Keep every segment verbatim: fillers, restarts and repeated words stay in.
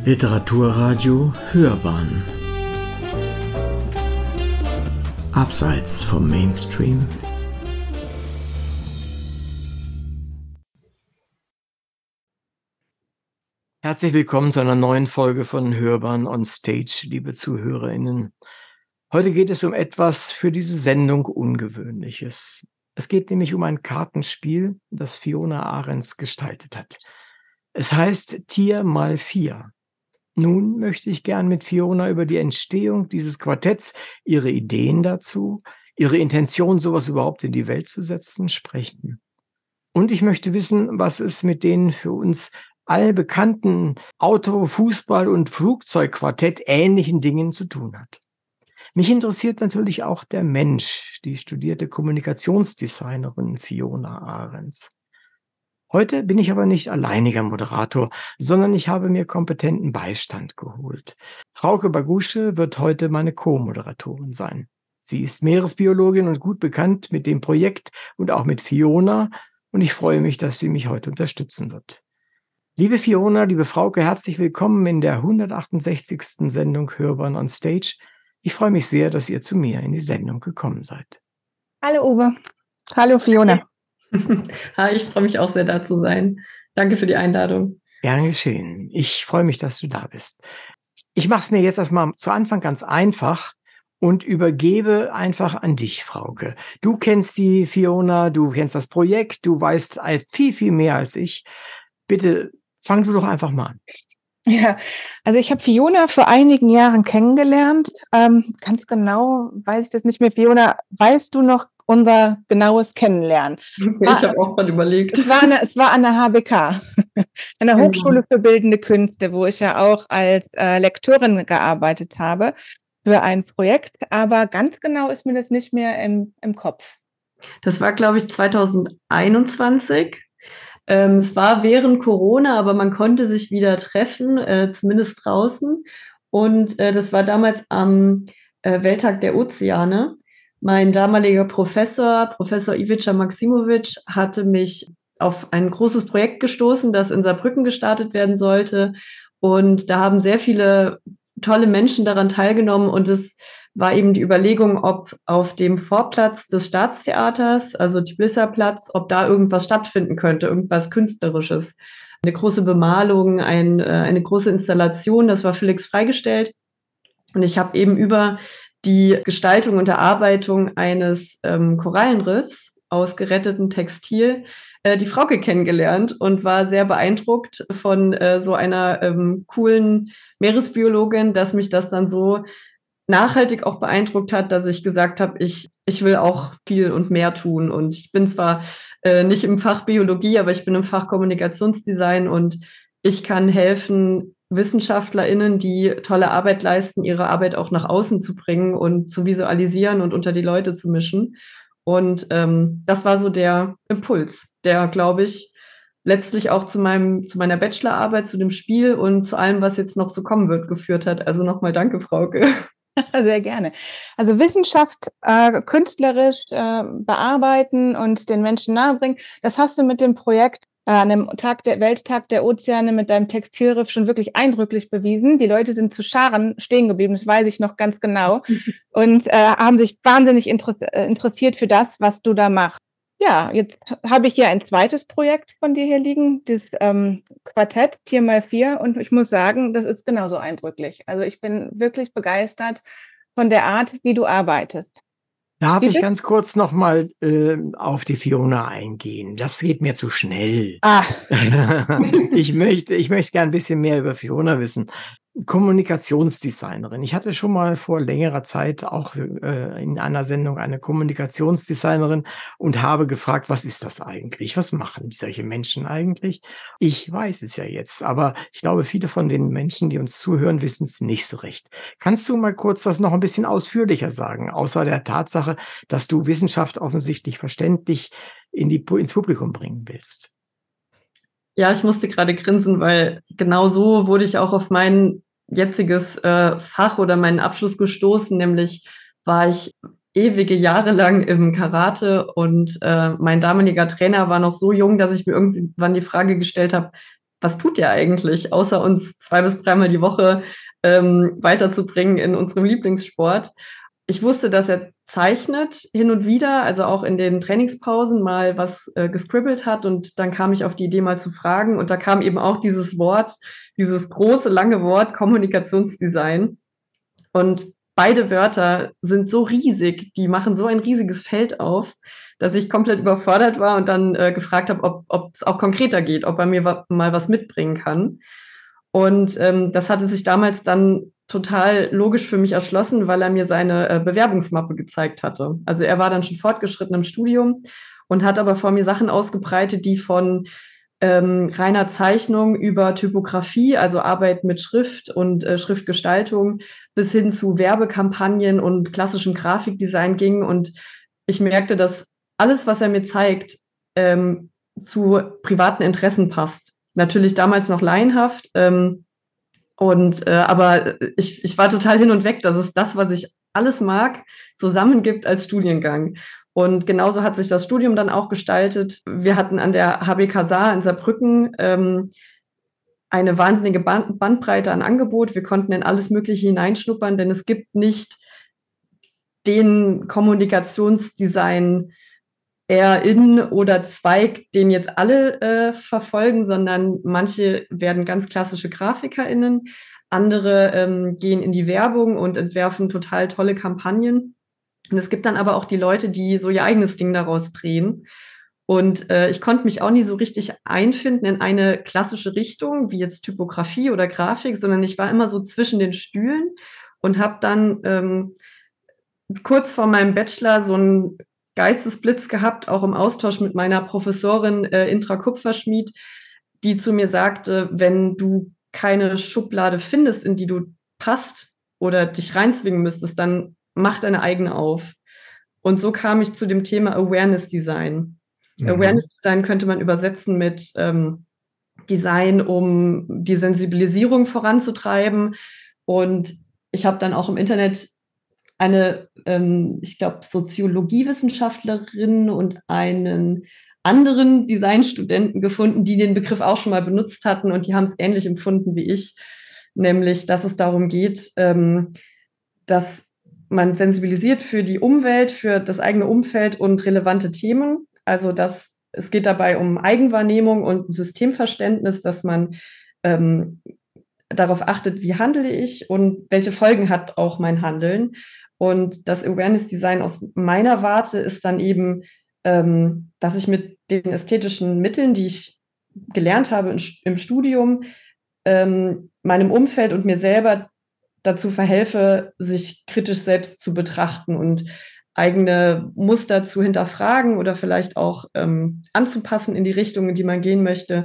Literaturradio Hörbahn Abseits vom Mainstream. Herzlich willkommen zu einer neuen Folge von Hörbahn on Stage, liebe ZuhörerInnen. Heute geht es um etwas für diese Sendung Ungewöhnliches. Es geht nämlich um ein Kartenspiel, das Fiona Arens gestaltet hat. Es heißt Tier mal vier. Nun möchte ich gern mit Fiona über die Entstehung dieses Quartetts, ihre Ideen dazu, ihre Intention, sowas überhaupt in die Welt zu setzen, sprechen. Und ich möchte wissen, was es mit den für uns allbekannten Auto-, Fußball- und Flugzeugquartett ähnlichen Dingen zu tun hat. Mich interessiert natürlich auch der Mensch, die studierte Kommunikationsdesignerin Fiona Arens. Heute bin ich aber nicht alleiniger Moderator, sondern ich habe mir kompetenten Beistand geholt. Frauke Bagusche wird heute meine Co-Moderatorin sein. Sie ist Meeresbiologin und gut bekannt mit dem Projekt und auch mit Fiona, und ich freue mich, dass sie mich heute unterstützen wird. Liebe Fiona, liebe Frauke, herzlich willkommen in der hundertachtundsechzigsten Sendung Hörbahn on Stage. Ich freue mich sehr, dass ihr zu mir in die Sendung gekommen seid. Hallo Uwe. Hallo Fiona. Hi, ich freue mich auch sehr, da zu sein. Danke für die Einladung. Gern geschehen. Ich freue mich, dass du da bist. Ich mache es mir jetzt erstmal zu Anfang ganz einfach und übergebe einfach an dich, Frauke. Du kennst die Fiona, du kennst das Projekt, du weißt viel, viel mehr als ich. Bitte fang du doch einfach mal an. Ja, also ich habe Fiona vor einigen Jahren kennengelernt. Ähm, ganz genau weiß ich das nicht mehr. Fiona, weißt du noch unser genaues Kennenlernen? Ich habe auch mal überlegt. Es war, eine, es war an der H B K, an der Hochschule für Bildende Künste, wo ich ja auch als äh, Lektorin gearbeitet habe für ein Projekt. Aber ganz genau ist mir das nicht mehr im, im Kopf. Das war, glaube ich, zweitausendeinundzwanzig. Ähm, es war während Corona, aber man konnte sich wieder treffen, äh, zumindest draußen. Und äh, das war damals am äh, Welttag der Ozeane. Mein damaliger Professor, Professor Ivica Maksimovic, hatte mich auf ein großes Projekt gestoßen, das in Saarbrücken gestartet werden sollte. Und da haben sehr viele tolle Menschen daran teilgenommen. Und es war eben die Überlegung, ob auf dem Vorplatz des Staatstheaters, also Tbilisi-Platz, ob da irgendwas stattfinden könnte, irgendwas Künstlerisches. Eine große Bemalung, ein, äh, eine große Installation, das war völlig freigestellt. Und ich habe eben über die Gestaltung und Erarbeitung eines ähm, Korallenriffs aus gerettetem Textil äh, die Frauke kennengelernt und war sehr beeindruckt von äh, so einer ähm, coolen Meeresbiologin, dass mich das dann so nachhaltig auch beeindruckt hat, dass ich gesagt habe, ich, ich will auch viel und mehr tun. Und ich bin zwar äh, nicht im Fach Biologie, aber ich bin im Fach Kommunikationsdesign und ich kann helfen, WissenschaftlerInnen, die tolle Arbeit leisten, ihre Arbeit auch nach außen zu bringen und zu visualisieren und unter die Leute zu mischen. Und ähm, das war so der Impuls, der, glaube ich, letztlich auch zu meinem, zu meiner Bachelorarbeit, zu dem Spiel und zu allem, was jetzt noch so kommen wird, geführt hat. Also nochmal danke, Frauke. Sehr gerne. Also Wissenschaft äh, künstlerisch äh, bearbeiten und den Menschen nahebringen, das hast du mit dem Projekt äh, an dem Tag der Welttag der Ozeane mit deinem Textilriff schon wirklich eindrücklich bewiesen. Die Leute sind zu Scharen stehen geblieben, das weiß ich noch ganz genau, und äh, haben sich wahnsinnig inter- interessiert für das, was du da machst. Ja, jetzt habe ich hier ein zweites Projekt von dir hier liegen, das ähm, Quartett Tier mal vier, und ich muss sagen, das ist genauso eindrücklich. Also ich bin wirklich begeistert von der Art, wie du arbeitest. Darf Wie ich bist- ganz kurz nochmal äh, auf die Fiona eingehen? Das geht mir zu schnell. Ah, ich möchte, ich möchte gern ein bisschen mehr über Fiona wissen. Kommunikationsdesignerin. Ich hatte schon mal vor längerer Zeit auch äh, in einer Sendung eine Kommunikationsdesignerin und habe gefragt, was ist das eigentlich? Was machen solche Menschen eigentlich? Ich weiß es ja jetzt, aber ich glaube, viele von den Menschen, die uns zuhören, wissen es nicht so recht. Kannst du mal kurz das noch ein bisschen ausführlicher sagen, außer der Tatsache, dass du Wissenschaft offensichtlich verständlich in die, ins Publikum bringen willst? Ja, ich musste gerade grinsen, weil genau so wurde ich auch auf mein jetziges äh, Fach oder meinen Abschluss gestoßen. Nämlich war ich ewige Jahre lang im Karate und äh, mein damaliger Trainer war noch so jung, dass ich mir irgendwann die Frage gestellt habe, was tut der eigentlich, außer uns zwei bis dreimal die Woche ähm, weiterzubringen in unserem Lieblingssport. Ich wusste, dass er zeichnet hin und wieder, also auch in den Trainingspausen mal was äh, gescribbelt hat, und dann kam ich auf die Idee, mal zu fragen, und da kam eben auch dieses Wort, dieses große, lange Wort Kommunikationsdesign, und beide Wörter sind so riesig, die machen so ein riesiges Feld auf, dass ich komplett überfordert war und dann äh, gefragt habe, ob es auch konkreter geht, ob er mir wa- mal was mitbringen kann. Und ähm, das hatte sich damals dann total logisch für mich erschlossen, weil er mir seine äh, Bewerbungsmappe gezeigt hatte. Also er war dann schon fortgeschritten im Studium und hat aber vor mir Sachen ausgebreitet, die von ähm, reiner Zeichnung über Typografie, also Arbeit mit Schrift und äh, Schriftgestaltung, bis hin zu Werbekampagnen und klassischem Grafikdesign gingen. Und ich merkte, dass alles, was er mir zeigt, ähm, zu privaten Interessen passt. Natürlich damals noch laienhaft, ähm, und äh, aber ich, ich war total hin und weg, dass es das, was ich alles mag, zusammengibt als Studiengang. Und genauso hat sich das Studium dann auch gestaltet. Wir hatten an der H B K Saar in Saarbrücken ähm, eine wahnsinnige Band Bandbreite an Angebot. Wir konnten in alles Mögliche hineinschnuppern, denn es gibt nicht den Kommunikationsdesign eher in oder Zweig, den jetzt alle äh, verfolgen, sondern manche werden ganz klassische GrafikerInnen, andere ähm, gehen in die Werbung und entwerfen total tolle Kampagnen. Und es gibt dann aber auch die Leute, die so ihr eigenes Ding daraus drehen. Und äh, ich konnte mich auch nie so richtig einfinden in eine klassische Richtung, wie jetzt Typografie oder Grafik, sondern ich war immer so zwischen den Stühlen und habe dann ähm, kurz vor meinem Bachelor so einen Geistesblitz gehabt, auch im Austausch mit meiner Professorin äh, Intra Kupferschmied, die zu mir sagte, wenn du keine Schublade findest, in die du passt oder dich reinzwingen müsstest, dann mach deine eigene auf. Und so kam ich zu dem Thema Awareness Design. Mhm. Awareness Design könnte man übersetzen mit ähm, Design, um die Sensibilisierung voranzutreiben. Und ich habe dann auch im Internet eine, ähm, ich glaube, Soziologiewissenschaftlerin und einen anderen Designstudenten gefunden, die den Begriff auch schon mal benutzt hatten, und die haben es ähnlich empfunden wie ich, nämlich, dass es darum geht, ähm, dass man sensibilisiert für die Umwelt, für das eigene Umfeld und relevante Themen. Also dass es geht dabei um Eigenwahrnehmung und Systemverständnis, dass man ähm, darauf achtet, wie handle ich und welche Folgen hat auch mein Handeln. Und das Awareness Design aus meiner Warte ist dann eben, ähm, dass ich mit den ästhetischen Mitteln, die ich gelernt habe in, im Studium, ähm, meinem Umfeld und mir selber dazu verhelfe, sich kritisch selbst zu betrachten und eigene Muster zu hinterfragen oder vielleicht auch ähm, anzupassen in die Richtung, in die man gehen möchte.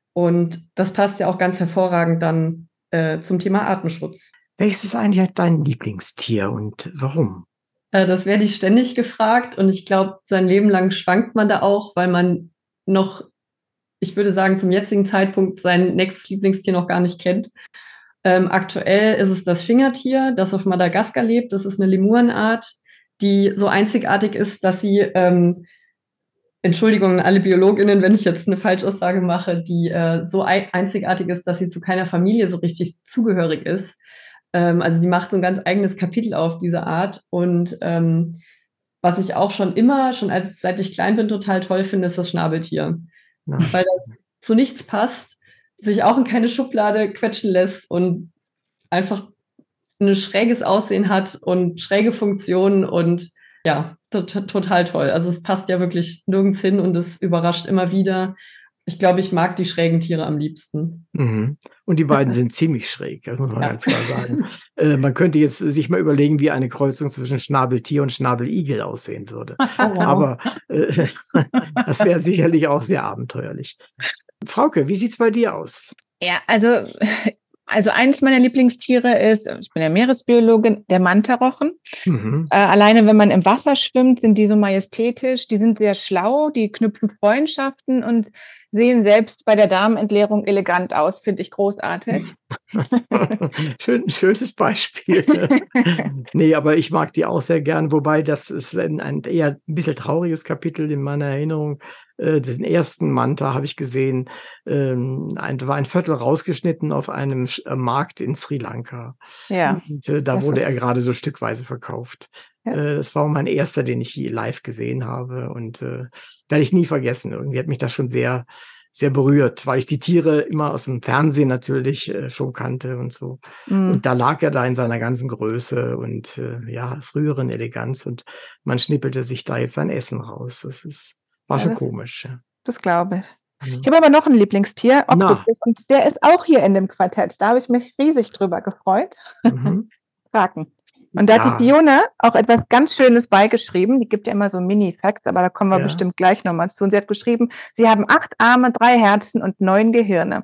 Und das passt ja auch ganz hervorragend dann äh, zum Thema Artenschutz. Welches ist eigentlich dein Lieblingstier und warum? Äh, das werde ich ständig gefragt, und ich glaube, sein Leben lang schwankt man da auch, weil man noch, ich würde sagen, zum jetzigen Zeitpunkt sein nächstes Lieblingstier noch gar nicht kennt. Ähm, aktuell ist es das Fingertier, das auf Madagaskar lebt. Das ist eine Lemurenart, die so einzigartig ist, dass sie, ähm, Entschuldigung an alle BiologInnen, wenn ich jetzt eine Falschaussage mache, die äh, so einzigartig ist, dass sie zu keiner Familie so richtig zugehörig ist. Ähm, also die macht so ein ganz eigenes Kapitel auf, diese Art. Und ähm, was ich auch schon immer, schon als seit ich klein bin, total toll finde, ist das Schnabeltier. Ja. Weil das zu nichts passt, sich auch in keine Schublade quetschen lässt und einfach ein schräges Aussehen hat und schräge Funktionen und ja, total toll. Also es passt ja wirklich nirgends hin und es überrascht immer wieder. Ich glaube, ich mag die schrägen Tiere am liebsten. Mhm. Und die beiden sind ziemlich schräg, das muss man ja. ganz klar sagen. Äh, man könnte jetzt sich mal überlegen, wie eine Kreuzung zwischen Schnabeltier und Schnabeligel aussehen würde. Oh, wow. Aber äh, das wäre sicherlich auch sehr abenteuerlich. Frauke, wie sieht's bei dir aus? Ja, also Also eines meiner Lieblingstiere ist, ich bin ja Meeresbiologin, der Mantarochen. Mhm. Äh, alleine wenn man im Wasser schwimmt, sind die so majestätisch, die sind sehr schlau, die knüpfen Freundschaften und sehen selbst bei der Darmentleerung elegant aus, finde ich großartig. Schön, schönes Beispiel. Nee, aber ich mag die auch sehr gern, wobei das ist ein, ein eher ein bisschen trauriges Kapitel in meiner Erinnerung. Äh, den ersten Manta habe ich gesehen, ähm, ein, da war ein Viertel rausgeschnitten auf einem Sch- äh, Markt in Sri Lanka. Ja, Und äh, da das wurde er ist, gerade so stückweise verkauft. ja, Äh, das war mein erster, den ich je live gesehen habe und äh, werde ich nie vergessen. Irgendwie hat mich das schon sehr sehr berührt, weil ich die Tiere immer aus dem Fernsehen natürlich, äh, schon kannte und so. mm, Und da lag er da in seiner ganzen Größe und, äh, ja, früheren Eleganz und man schnippelte sich da jetzt sein Essen raus. Das ist war ja, schon das, komisch, ja. das glaube ich. Ich Mhm. habe aber noch ein Lieblingstier, Na, Oktopus, und der ist auch hier in dem Quartett. Da habe ich mich riesig drüber gefreut. mhm. Kraken. Und da hat die Ja, Fiona auch etwas ganz Schönes beigeschrieben. Die gibt ja immer so Mini-Facts, aber da kommen wir ja. bestimmt gleich nochmal zu. Und sie hat geschrieben, sie haben acht Arme, drei Herzen und neun Gehirne.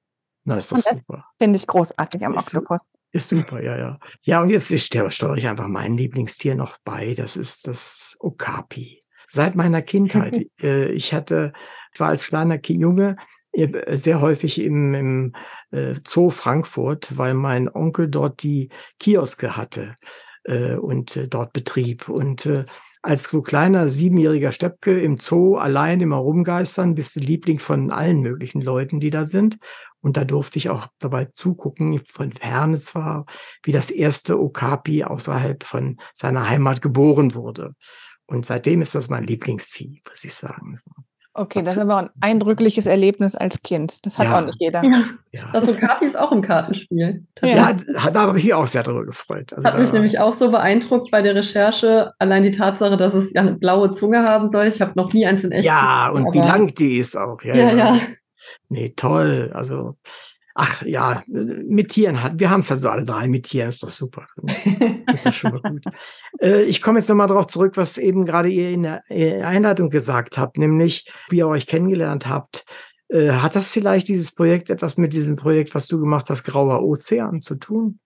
Na, ist doch Und das super. finde ich großartig am Ist su Oktopus. ist super, ja, ja. Ja, und jetzt ist der steuere ich einfach mein Lieblingstier noch bei. Das ist das Okapi. Seit meiner Kindheit. Äh, ich hatte ich war als kleiner Ki Junge, äh, sehr häufig im im, äh, Zoo Frankfurt, weil mein Onkel dort die Kioske hatte, äh, und, äh, dort betrieb. Und, äh, als so kleiner siebenjähriger Steppke im Zoo allein immer rumgeistern, bist du Liebling von allen möglichen Leuten, die da sind. Und da durfte ich auch dabei zugucken, von ferne zwar, wie das erste Okapi außerhalb von seiner Heimat geboren wurde. Und seitdem ist das mein Lieblingsvieh, muss ich sagen. Okay, Hat das ist zu aber ein eindrückliches Erlebnis als Kind. Das hat auch Ja, nicht jeder. Ja, ja. das Okapi ist auch im Kartenspiel, Ja. Ja, tatsächlich. d da habe ich mich auch sehr darüber gefreut. Also, Hat mich da nämlich auch so beeindruckt bei der Recherche, allein die Tatsache, dass es ja eine blaue Zunge haben soll. Ich habe noch nie eins in echt ja, gesehen, und wie aber lang die ist auch. Ja, ja, ja. ja. Ne, toll. Also, ach ja, äh, mit Tieren hat wir haben's also alle drei mit Tieren, ist doch super. Ist das schon mal gut. Äh, ich komme jetzt noch mal drauf zurück, was eben gerade ihr in der, äh, Einleitung gesagt habt, nämlich wie ihr euch kennengelernt habt. Äh, hat das vielleicht dieses Projekt etwas mit diesem Projekt, was du gemacht hast, Grauer Ozean zu tun?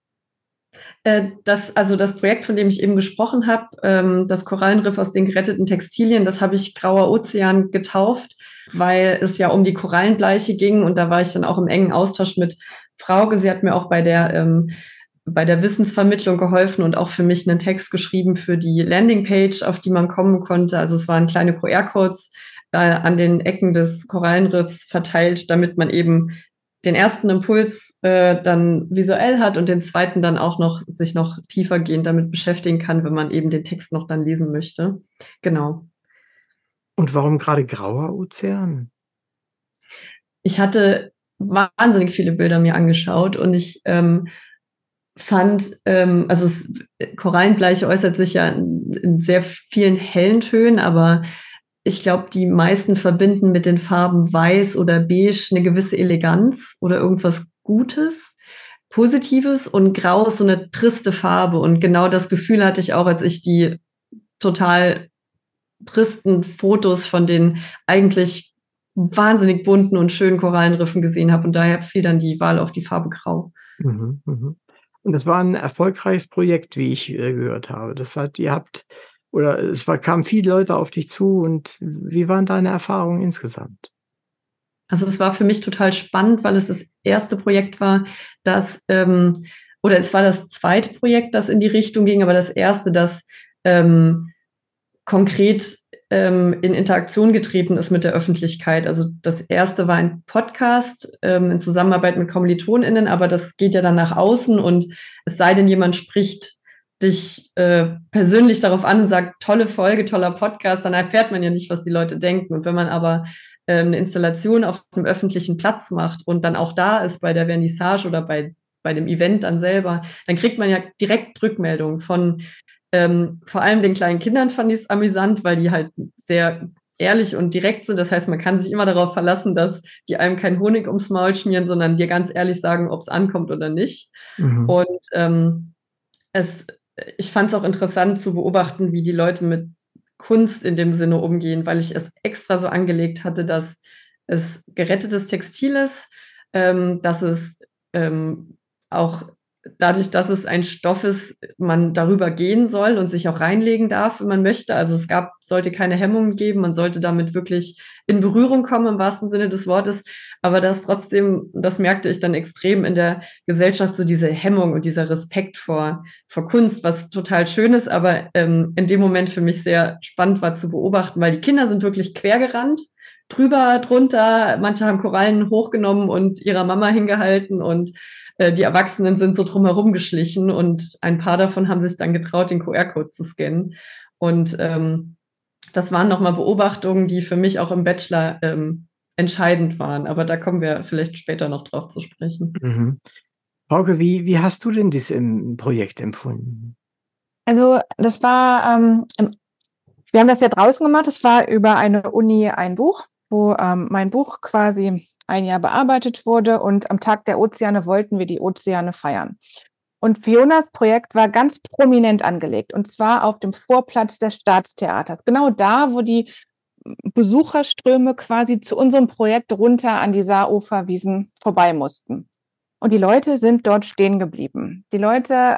Äh, das, also das Projekt, von dem ich eben gesprochen habe, ähm, das Korallenriff aus den geretteten Textilien, das habe ich Grauer Ozean getauft, weil es ja um die Korallenbleiche ging und da war ich dann auch im engen Austausch mit Frauke. Sie hat mir auch bei der, ähm, bei der Wissensvermittlung geholfen und auch für mich einen Text geschrieben für die Landingpage, auf die man kommen konnte. Also es waren kleine Q R-Codes äh, an den Ecken des Korallenriffs verteilt, damit man eben den ersten Impuls äh, dann visuell hat und den zweiten dann auch noch sich noch tiefergehend damit beschäftigen kann, wenn man eben den Text noch dann lesen möchte. Genau. Und warum gerade Grauer Ozean? Ich hatte wahnsinnig viele Bilder mir angeschaut und ich ähm, fand, ähm, also es, Korallenbleiche äußert sich ja in, in sehr vielen hellen Tönen, aber ich glaube, die meisten verbinden mit den Farben Weiß oder Beige eine gewisse Eleganz oder irgendwas Gutes, Positives, und Grau ist so eine triste Farbe. Und genau das Gefühl hatte ich auch, als ich die total tristen Fotos von den eigentlich wahnsinnig bunten und schönen Korallenriffen gesehen habe. Und daher fiel dann die Wahl auf die Farbe Grau. Mhm, mhm. Und das war 'n erfolgreiches Projekt, wie ich, äh, gehört habe. Das heißt, ihr habt oder es war kamen viele Leute auf dich zu und wie waren deine Erfahrungen insgesamt? Also es war für mich total spannend, weil es das erste Projekt war, das ähm, oder es war das zweite Projekt, das in die Richtung ging, aber das erste, das ähm, konkret ähm, in Interaktion getreten ist mit der Öffentlichkeit. Also das erste war ein Podcast ähm, in Zusammenarbeit mit KommilitonInnen, aber das geht ja dann nach außen und es sei denn, jemand spricht dich äh, persönlich darauf an und sagt, tolle Folge, toller Podcast, dann erfährt man ja nicht, was die Leute denken. Und wenn man aber ähm, eine Installation auf einem öffentlichen Platz macht und dann auch da ist bei der Vernissage oder bei, bei dem Event dann selber, dann kriegt man ja direkt Rückmeldungen von ähm, vor allem den kleinen Kindern fand ich es amüsant, weil die halt sehr ehrlich und direkt sind. Das heißt, man kann sich immer darauf verlassen, dass die einem keinen Honig ums Maul schmieren, sondern dir ganz ehrlich sagen, ob es ankommt oder nicht. Mhm. Und ähm, es, ich fand es auch interessant zu beobachten, wie die Leute mit Kunst in dem Sinne umgehen, weil ich es extra so angelegt hatte, dass es gerettetes Textil ist, ähm, dass es ähm, auch dadurch, dass es ein Stoff ist, man darüber gehen soll und sich auch reinlegen darf, wenn man möchte. Also es gab, sollte keine Hemmungen geben, man sollte damit wirklich in Berührung kommen, im wahrsten Sinne des Wortes. Aber das trotzdem, das merkte ich dann extrem in der Gesellschaft, so diese Hemmung und dieser Respekt vor, vor Kunst, was total schön ist, aber ähm, in dem Moment für mich sehr spannend war zu beobachten, weil die Kinder sind wirklich quergerannt, drüber, drunter, manche haben Korallen hochgenommen und ihrer Mama hingehalten und die Erwachsenen sind so drumherum geschlichen und ein paar davon haben sich dann getraut, den Q R-Code zu scannen. Und ähm, das waren nochmal Beobachtungen, die für mich auch im Bachelor ähm, entscheidend waren. Aber da kommen wir vielleicht später noch drauf zu sprechen. Mhm. Frauke, wie, wie hast du denn das im Projekt empfunden? Also das war, ähm, im, wir haben das ja draußen gemacht, es war über eine Uni ein Buch, wo ähm, mein Buch quasi ein Jahr bearbeitet wurde und am Tag der Ozeane wollten wir die Ozeane feiern. Und Fionas Projekt war ganz prominent angelegt und zwar auf dem Vorplatz des Staatstheaters. Genau da, wo die Besucherströme quasi zu unserem Projekt runter an die Saaruferwiesen vorbei mussten. Und die Leute sind dort stehen geblieben. Die Leute,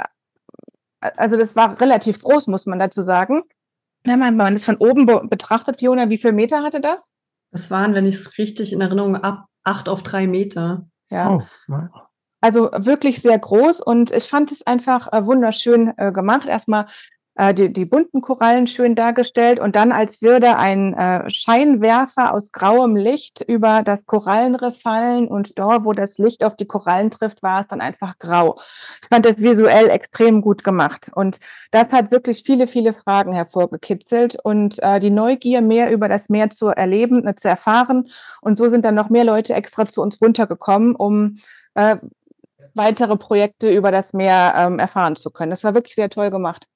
also das war relativ groß, muss man dazu sagen. Wenn man das von oben be- betrachtet, Fiona, wie viele Meter hatte das? Das waren, wenn ich es richtig in Erinnerung habe, acht auf drei Meter. Ja. Oh, wow. Also wirklich sehr groß und ich fand es einfach äh, wunderschön äh, gemacht. Erstmal äh, die, die bunten Korallen schön dargestellt und dann als würde ein äh, Scheinwerfer aus grauem Licht über das Korallenriff fallen und dort, wo das Licht auf die Korallen trifft, war es dann einfach grau. Ich fand das visuell extrem gut gemacht und das hat wirklich viele, viele Fragen hervorgekitzelt und äh, die Neugier, mehr über das Meer zu erleben, äh, zu erfahren und so sind dann noch mehr Leute extra zu uns runtergekommen, um äh, weitere Projekte über das Meer ähm, erfahren zu können. Das war wirklich sehr toll gemacht.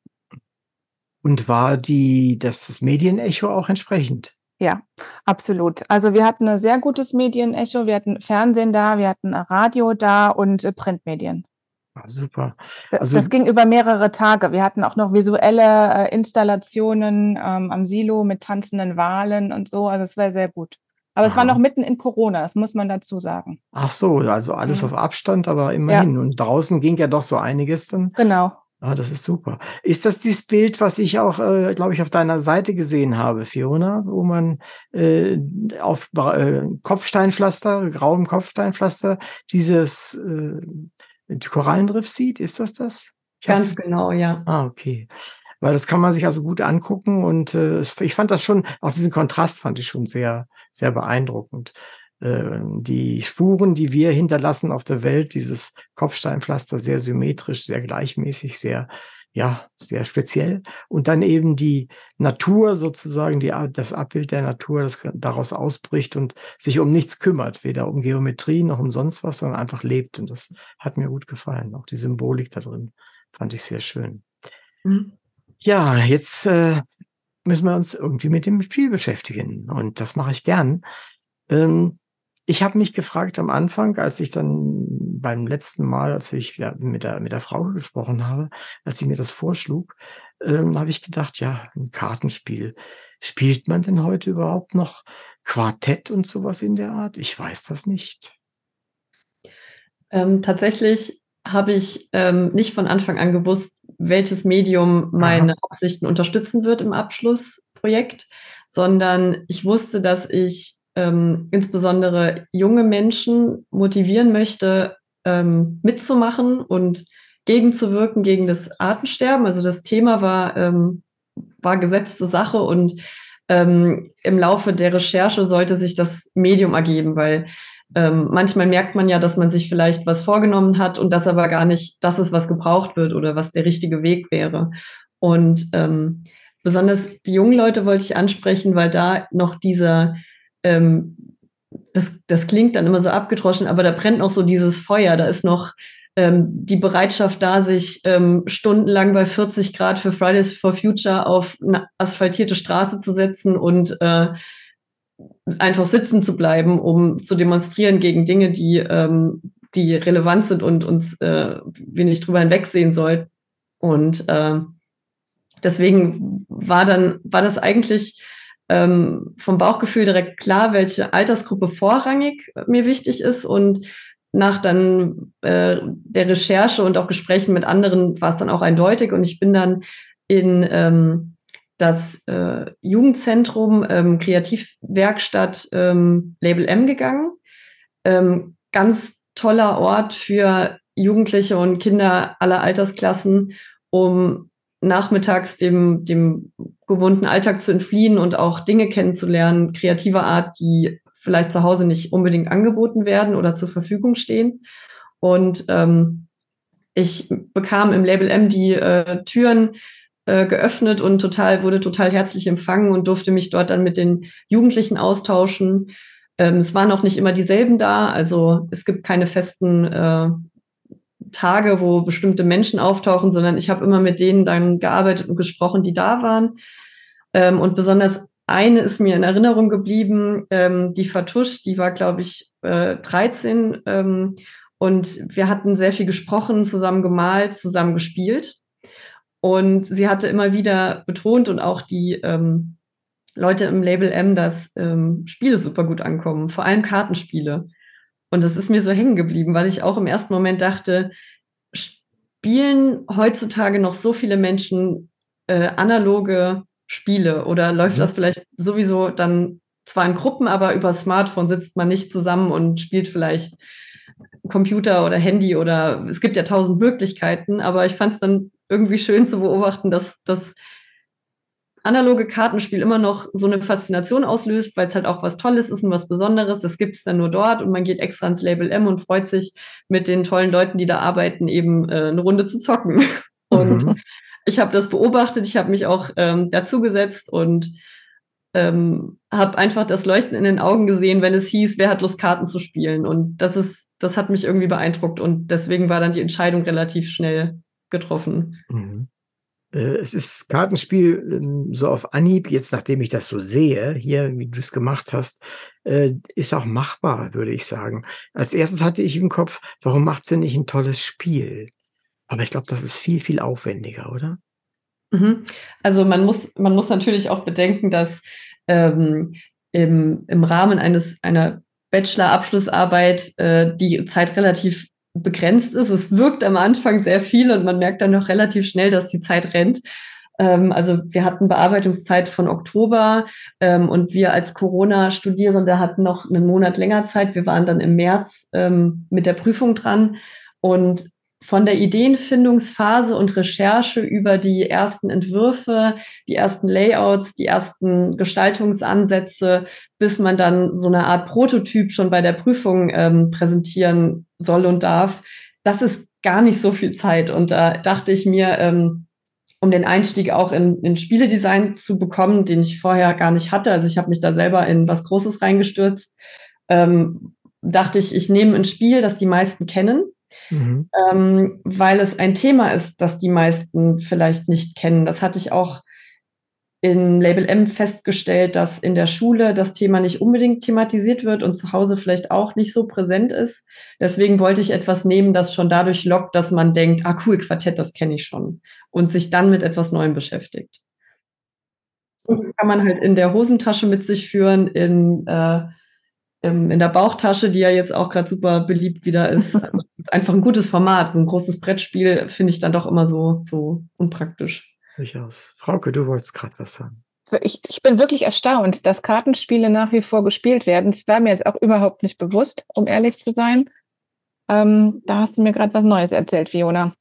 Und war die, das, das Medienecho auch entsprechend? Ja, absolut. Also wir hatten ein sehr gutes Medienecho, wir hatten Fernsehen da, wir hatten Radio da und äh, Printmedien. Ah, super. Das, Also, das ging über mehrere Tage. Wir hatten auch noch visuelle äh, Installationen ähm, am Silo mit tanzenden Walen und so. Also es war sehr gut. Aber es war noch aha. mitten in Corona, das muss man dazu sagen. Ach so, also alles auf Mhm. Abstand, aber Ja, immerhin. Und draußen ging ja doch so einiges dann. genau. Ah, das ist super. Ist das dieses Bild, was ich auch, äh, glaube ich, auf deiner Seite gesehen habe, Fiona, wo man äh, auf Bra- äh, Kopfsteinpflaster, grauem Kopfsteinpflaster, dieses äh, Korallenriff sieht? Ist das das? Ich hab's Ganz jetzt. genau, ja. Ah, okay. Weil das kann man sich also gut angucken und äh, es- ich fand das schon, auch diesen Kontrast fand ich schon sehr, sehr beeindruckend. Äh, die Spuren, die wir hinterlassen auf der Welt, dieses Kopfsteinpflaster, sehr symmetrisch, sehr gleichmäßig, sehr, ja, sehr speziell. Und dann eben die Natur sozusagen, die, das Abbild der Natur, das daraus ausbricht und sich um nichts kümmert, weder um Geometrie noch um sonst was, sondern einfach lebt. Und das hat mir gut gefallen. Auch die Symbolik da drin fand ich sehr schön. Mhm. Ja, jetzt äh, müssen wir uns irgendwie mit dem Spiel beschäftigen und das mache ich gern. Ähm, ich habe mich gefragt am Anfang, als ich dann beim letzten Mal, als ich ja mit der mit der Frau gesprochen habe, als sie mir das vorschlug, ähm, habe ich gedacht, ja, ein Kartenspiel. Spielt man denn heute überhaupt noch Quartett und sowas in der Art? Ich weiß das nicht. Ähm, tatsächlich habe ich ähm, nicht von Anfang an gewusst, welches Medium meine Aha. Absichten unterstützen wird im Abschlussprojekt, sondern ich wusste, dass ich ähm, insbesondere junge Menschen motivieren möchte, ähm, mitzumachen und gegenzuwirken gegen das Artensterben. Also das Thema war, ähm, war gesetzte Sache und ähm, im Laufe der Recherche sollte sich das Medium ergeben, weil ähm, manchmal merkt man ja, dass man sich vielleicht was vorgenommen hat und das aber gar nicht das ist, was gebraucht wird oder was der richtige Weg wäre. Und ähm, besonders die jungen Leute wollte ich ansprechen, weil da noch dieser, ähm, das, das klingt dann immer so abgedroschen, aber da brennt noch so dieses Feuer, da ist noch ähm, die Bereitschaft da, sich ähm, stundenlang bei vierzig Grad für Fridays for Future auf eine asphaltierte Straße zu setzen und äh, einfach sitzen zu bleiben, um zu demonstrieren gegen Dinge, die, ähm, die relevant sind und uns äh, wir nicht drüber hinwegsehen sollten. Und äh, deswegen war dann, war das eigentlich ähm, vom Bauchgefühl direkt klar, welche Altersgruppe vorrangig mir wichtig ist. Und nach dann äh, der Recherche und auch Gesprächen mit anderen war es dann auch eindeutig und ich bin dann in ähm, das äh, Jugendzentrum ähm, Kreativwerkstatt ähm, Label M gegangen. Ähm, ganz toller Ort für Jugendliche und Kinder aller Altersklassen, um nachmittags dem, dem gewohnten Alltag zu entfliehen und auch Dinge kennenzulernen, kreativer Art, die vielleicht zu Hause nicht unbedingt angeboten werden oder zur Verfügung stehen. Und ähm, ich bekam im Label M die äh, Türen äh, geöffnet und total, wurde total herzlich empfangen und durfte mich dort dann mit den Jugendlichen austauschen. Ähm, es waren auch nicht immer dieselben da, also es gibt keine festen äh, Tage, wo bestimmte Menschen auftauchen, sondern ich habe immer mit denen dann gearbeitet und gesprochen, die da waren. Ähm, und besonders eine ist mir in Erinnerung geblieben, ähm, die Fatouche, die war, glaube ich, äh, dreizehn. Ähm, und wir hatten sehr viel gesprochen, zusammen gemalt, zusammen gespielt. Und sie hatte immer wieder betont und auch die ähm, Leute im Label M, dass ähm, Spiele super gut ankommen, vor allem Kartenspiele. Und das ist mir so hängen geblieben, weil ich auch im ersten Moment dachte, spielen heutzutage noch so viele Menschen äh, analoge Spiele oder läuft mhm. das vielleicht sowieso dann zwar in Gruppen, aber über Smartphone sitzt man nicht zusammen und spielt vielleicht Computer oder Handy oder es gibt ja tausend Möglichkeiten, aber ich fand es dann irgendwie schön zu beobachten, dass das analoge Kartenspiel immer noch so eine Faszination auslöst, weil es halt auch was Tolles ist und was Besonderes. Das gibt es dann nur dort und man geht extra ins Label M und freut sich mit den tollen Leuten, die da arbeiten, eben äh, eine Runde zu zocken. Und mhm. ich habe das beobachtet, ich habe mich auch ähm, dazugesetzt und ähm, habe einfach das Leuchten in den Augen gesehen, wenn es hieß, wer hat Lust, Karten zu spielen. Und das ist, das hat mich irgendwie beeindruckt und deswegen war dann die Entscheidung relativ schnell getroffen. Mhm. Es ist Kartenspiel so auf Anhieb, jetzt nachdem ich das so sehe, hier, wie du es gemacht hast, ist auch machbar, würde ich sagen. Als erstes hatte ich im Kopf, warum macht sie nicht ein tolles Spiel? Aber ich glaube, das ist viel, viel aufwendiger, oder? Mhm. Also man muss, man muss natürlich auch bedenken, dass ähm, im, im Rahmen eines einer Bachelor-Abschlussarbeit äh, die Zeit relativ begrenzt ist. Es wirkt am Anfang sehr viel und man merkt dann noch relativ schnell, dass die Zeit rennt. Ähm, also wir hatten Bearbeitungszeit von Oktober ähm, und wir als Corona-Studierende hatten noch einen Monat länger Zeit. Wir waren dann im März ähm, mit der Prüfung dran und von der Ideenfindungsphase und Recherche über die ersten Entwürfe, die ersten Layouts, die ersten Gestaltungsansätze, bis man dann so eine Art Prototyp schon bei der Prüfung ähm, präsentieren soll und darf, das ist gar nicht so viel Zeit. Und da dachte ich mir, ähm, um den Einstieg auch in, in Spieledesign zu bekommen, den ich vorher gar nicht hatte, also ich habe mich da selber in was Großes reingestürzt, ähm, dachte ich, ich nehme ein Spiel, das die meisten kennen, Mhm. Ähm, weil es ein Thema ist, das die meisten vielleicht nicht kennen. Das hatte ich auch in Label M festgestellt, dass in der Schule das Thema nicht unbedingt thematisiert wird und zu Hause vielleicht auch nicht so präsent ist. Deswegen wollte ich etwas nehmen, das schon dadurch lockt, dass man denkt, ah cool, Quartett, das kenne ich schon. Und sich dann mit etwas Neuem beschäftigt. Und das kann man halt in der Hosentasche mit sich führen, in äh, in der Bauchtasche, die ja jetzt auch gerade super beliebt wieder ist. Also es ist einfach ein gutes Format. So ein großes Brettspiel finde ich dann doch immer so, so unpraktisch. Durchaus. Frauke, du wolltest gerade was sagen. Ich, ich bin wirklich erstaunt, dass Kartenspiele nach wie vor gespielt werden. Das war mir jetzt auch überhaupt nicht bewusst, um ehrlich zu sein. Ähm, da hast du mir gerade was Neues erzählt, Fiona.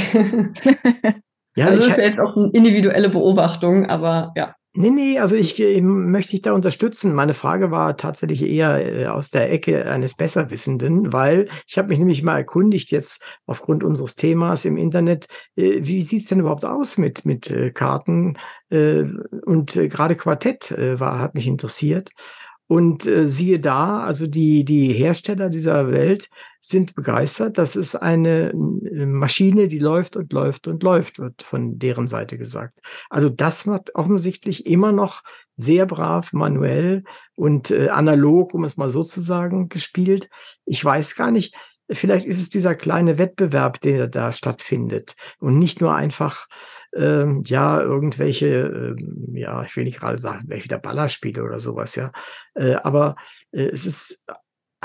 Ja, also das ist ja jetzt auch eine individuelle Beobachtung, aber ja. Nee, nee, also ich äh, möchte dich da unterstützen. Meine Frage war tatsächlich eher äh, aus der Ecke eines Besserwissenden, weil ich habe mich nämlich mal erkundigt jetzt aufgrund unseres Themas im Internet, äh, wie sieht's denn überhaupt aus mit, mit äh, Karten? Äh, und äh, gerade Quartett äh, war, hat mich interessiert. Und äh, siehe da, also die, die Hersteller dieser Welt sind begeistert. Das ist eine Maschine, die läuft und läuft und läuft, wird von deren Seite gesagt. Also das wird offensichtlich immer noch sehr brav manuell und äh, analog, um es mal so zu sagen, gespielt. Ich weiß gar nicht, vielleicht ist es dieser kleine Wettbewerb, der da stattfindet und nicht nur einfach ähm, ja irgendwelche, ähm, ja, ich will nicht gerade sagen, wieder Ballerspiele oder sowas, ja. Äh, aber äh, es ist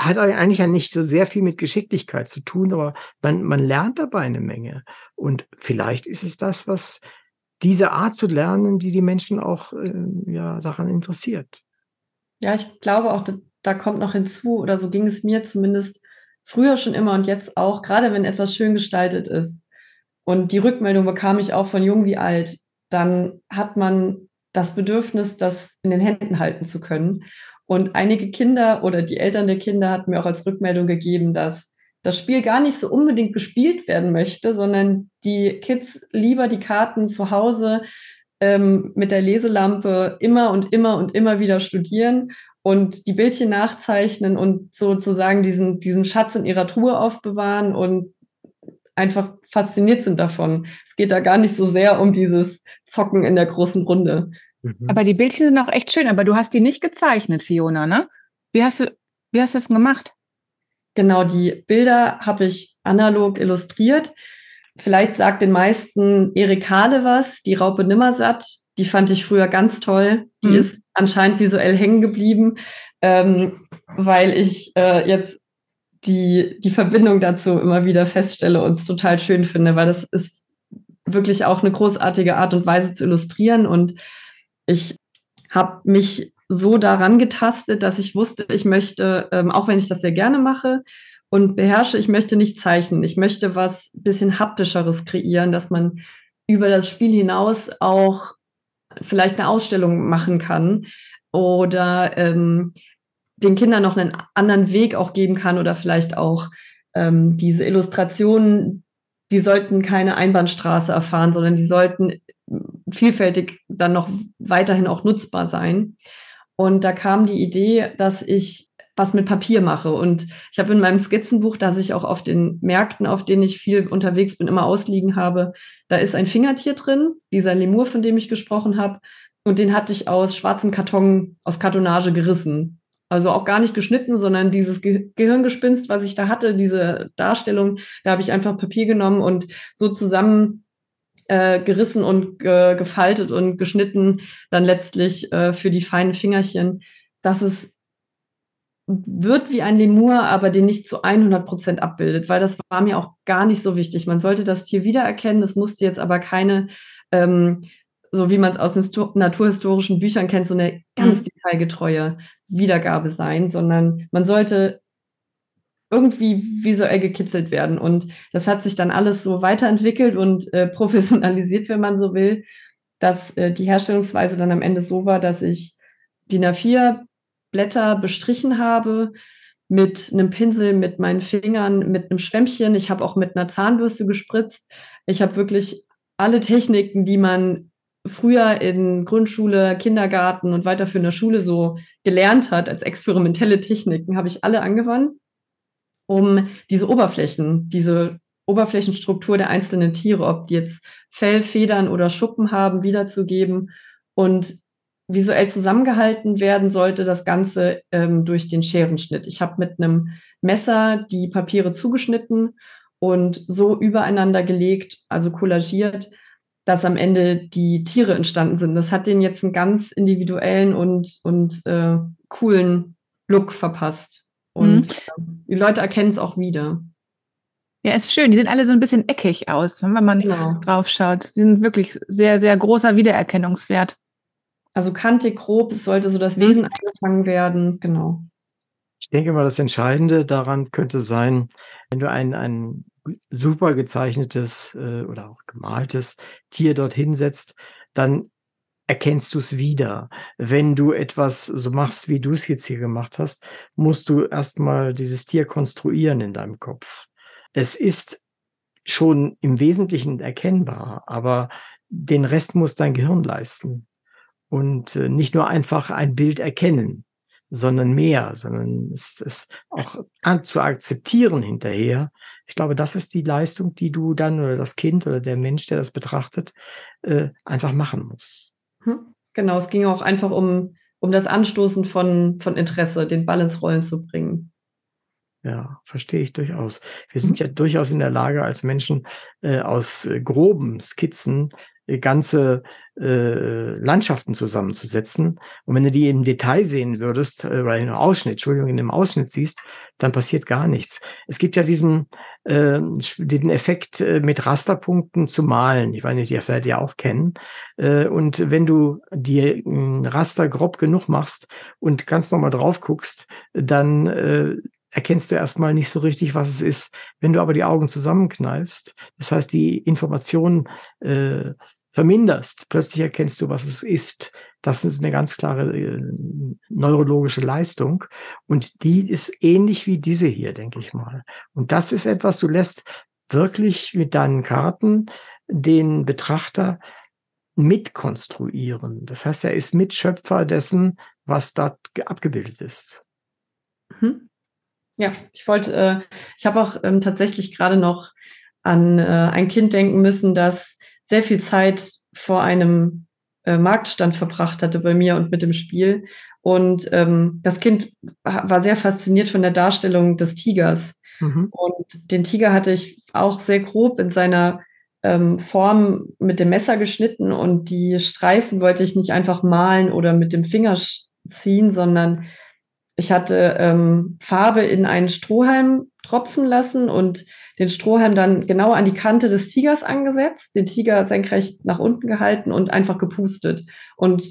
hat eigentlich ja nicht so sehr viel mit Geschicklichkeit zu tun, aber man man lernt dabei eine Menge. Und vielleicht ist es das, was diese Art zu lernen, die die Menschen auch, äh, ja, daran interessiert. Ja, ich glaube auch, da da kommt noch hinzu, oder so ging es mir zumindest früher schon immer und jetzt auch, gerade wenn etwas schön gestaltet ist und die Rückmeldung bekam ich auch von jung wie alt, dann hat man das Bedürfnis, das in den Händen halten zu können. Und einige Kinder oder die Eltern der Kinder hatten mir auch als Rückmeldung gegeben, dass das Spiel gar nicht so unbedingt gespielt werden möchte, sondern die Kids lieber die Karten zu Hause ähm, mit der Leselampe immer und immer und immer wieder studieren und die Bildchen nachzeichnen und sozusagen diesen, diesen Schatz in ihrer Truhe aufbewahren und einfach fasziniert sind davon. Es geht da gar nicht so sehr um dieses Zocken in der großen Runde. Mhm. Aber die Bildchen sind auch echt schön, aber du hast die nicht gezeichnet, Fiona, ne? Wie hast du, wie hast du das gemacht? Genau, die Bilder habe ich analog illustriert. Vielleicht sagt den meisten Erik Hahle was, die Raupe Nimmersatt. Die fand ich früher ganz toll. Die Mhm. ist anscheinend visuell hängen geblieben, ähm, weil ich äh, jetzt die, die Verbindung dazu immer wieder feststelle und es total schön finde, weil das ist wirklich auch eine großartige Art und Weise zu illustrieren. Und ich habe mich so daran getastet, dass ich wusste, ich möchte, ähm, auch wenn ich das sehr gerne mache und beherrsche, ich möchte nicht zeichnen. Ich möchte was bisschen haptischeres kreieren, dass man über das Spiel hinaus auch vielleicht eine Ausstellung machen kann oder ähm, den Kindern noch einen anderen Weg auch geben kann oder vielleicht auch ähm, diese Illustrationen, die sollten keine Einbahnstraße erfahren, sondern die sollten vielfältig dann noch weiterhin auch nutzbar sein. Und da kam die Idee, dass ich was mit Papier mache. Und ich habe in meinem Skizzenbuch, das ich auch auf den Märkten, auf denen ich viel unterwegs bin, immer ausliegen habe, da ist ein Fingertier drin, dieser Lemur, von dem ich gesprochen habe. Und den hatte ich aus schwarzem Karton, aus Kartonage gerissen. Also auch gar nicht geschnitten, sondern dieses Ge Gehirngespinst, was ich da hatte, diese Darstellung, da habe ich einfach Papier genommen und so zusammen äh, gerissen und ge gefaltet und geschnitten, dann letztlich äh, für die feinen Fingerchen, dass es wird wie ein Lemur, aber den nicht zu hundert Prozent abbildet, weil das war mir auch gar nicht so wichtig. Man sollte das Tier wiedererkennen, es musste jetzt aber keine, ähm, so wie man es aus den naturhistorischen Büchern kennt, so eine ganz Mhm. detailgetreue Wiedergabe sein, sondern man sollte irgendwie visuell gekitzelt werden. Und das hat sich dann alles so weiterentwickelt und äh, professionalisiert, wenn man so will, dass äh, die Herstellungsweise dann am Ende so war, dass ich D I N A vier Blätter bestrichen habe mit einem Pinsel, mit meinen Fingern, mit einem Schwämmchen. Ich habe auch mit einer Zahnbürste gespritzt. Ich habe wirklich alle Techniken, die man früher in Grundschule, Kindergarten und weiterführender Schule so gelernt hat, als experimentelle Techniken, habe ich alle angewandt, um diese Oberflächen, diese Oberflächenstruktur der einzelnen Tiere, ob die jetzt Fell, Federn oder Schuppen haben, wiederzugeben. Und visuell zusammengehalten werden sollte das Ganze ähm, durch den Scherenschnitt. Ich habe mit einem Messer die Papiere zugeschnitten und so übereinander gelegt, also kollagiert, dass am Ende die Tiere entstanden sind. Das hat denen jetzt einen ganz individuellen und, und äh, coolen Look verpasst. Und Mhm. äh, die Leute erkennen es auch wieder. Ja, ist schön. Die sehen alle so ein bisschen eckig aus, wenn man Genau. drauf schaut. Die sind wirklich sehr, sehr großer Wiedererkennungswert. Also kantig, grob, es sollte so das Mhm. Wesen eingefangen werden. Genau. Ich denke mal, das Entscheidende daran könnte sein, wenn du ein ein super gezeichnetes, äh, oder auch gemaltes Tier dort hinsetzt, dann erkennst du's wieder. Wenn du etwas so machst, wie du's jetzt hier gemacht hast, musst du erst mal dieses Tier konstruieren in deinem Kopf. Es ist schon im Wesentlichen erkennbar, aber den Rest muss dein Gehirn leisten und, äh, nicht nur einfach ein Bild erkennen, sondern mehr, sondern es es auch an zu akzeptieren hinterher. Ich glaube, das ist die Leistung, die du dann oder das Kind oder der Mensch, der das betrachtet, äh, einfach machen muss. Mhm. Genau, es ging auch einfach um um das Anstoßen von von Interesse, den Ball ins Rollen zu bringen. Ja, verstehe ich durchaus. Wir sind Mhm. ja durchaus in der Lage als Menschen, äh, aus, äh, groben Skizzen, äh, ganze äh, Landschaften zusammenzusetzen. Und wenn du die im Detail sehen würdest, äh, oder in einem Ausschnitt, Entschuldigung, in einem Ausschnitt siehst, dann passiert gar nichts. Es gibt ja diesen, äh, den Effekt, äh, mit Rasterpunkten zu malen. Ich weiß nicht, ihr werdet ja auch kennen. Äh, und wenn du dir ein Raster grob genug machst und ganz normal drauf guckst, dann äh, erkennst du erstmal nicht so richtig, was es ist. Wenn du aber die Augen zusammenkneifst, das heißt, die Informationen äh, verminderst, plötzlich erkennst du, was es ist. Das ist eine ganz klare äh, neurologische Leistung. Und die ist ähnlich wie diese hier, denke ich mal. Und das ist etwas, du lässt wirklich mit deinen Karten den Betrachter mitkonstruieren. Das heißt, er ist Mitschöpfer dessen, was dort abgebildet ist. Mhm. Ja, ich wollte, äh, ich habe auch ähm, tatsächlich gerade noch an äh, ein Kind denken müssen, das sehr viel Zeit vor einem äh, Marktstand verbracht hatte bei mir und mit dem Spiel. Und ähm, das Kind war sehr fasziniert von der Darstellung des Tigers. Mhm. Und den Tiger hatte ich auch sehr grob in seiner ähm, Form mit dem Messer geschnitten, und die Streifen wollte ich nicht einfach malen oder mit dem Finger ziehen, sondern ich hatte ähm, Farbe in einen Strohhalm tropfen lassen und den Strohhalm dann genau an die Kante des Tigers angesetzt, den Tiger senkrecht nach unten gehalten und einfach gepustet. Und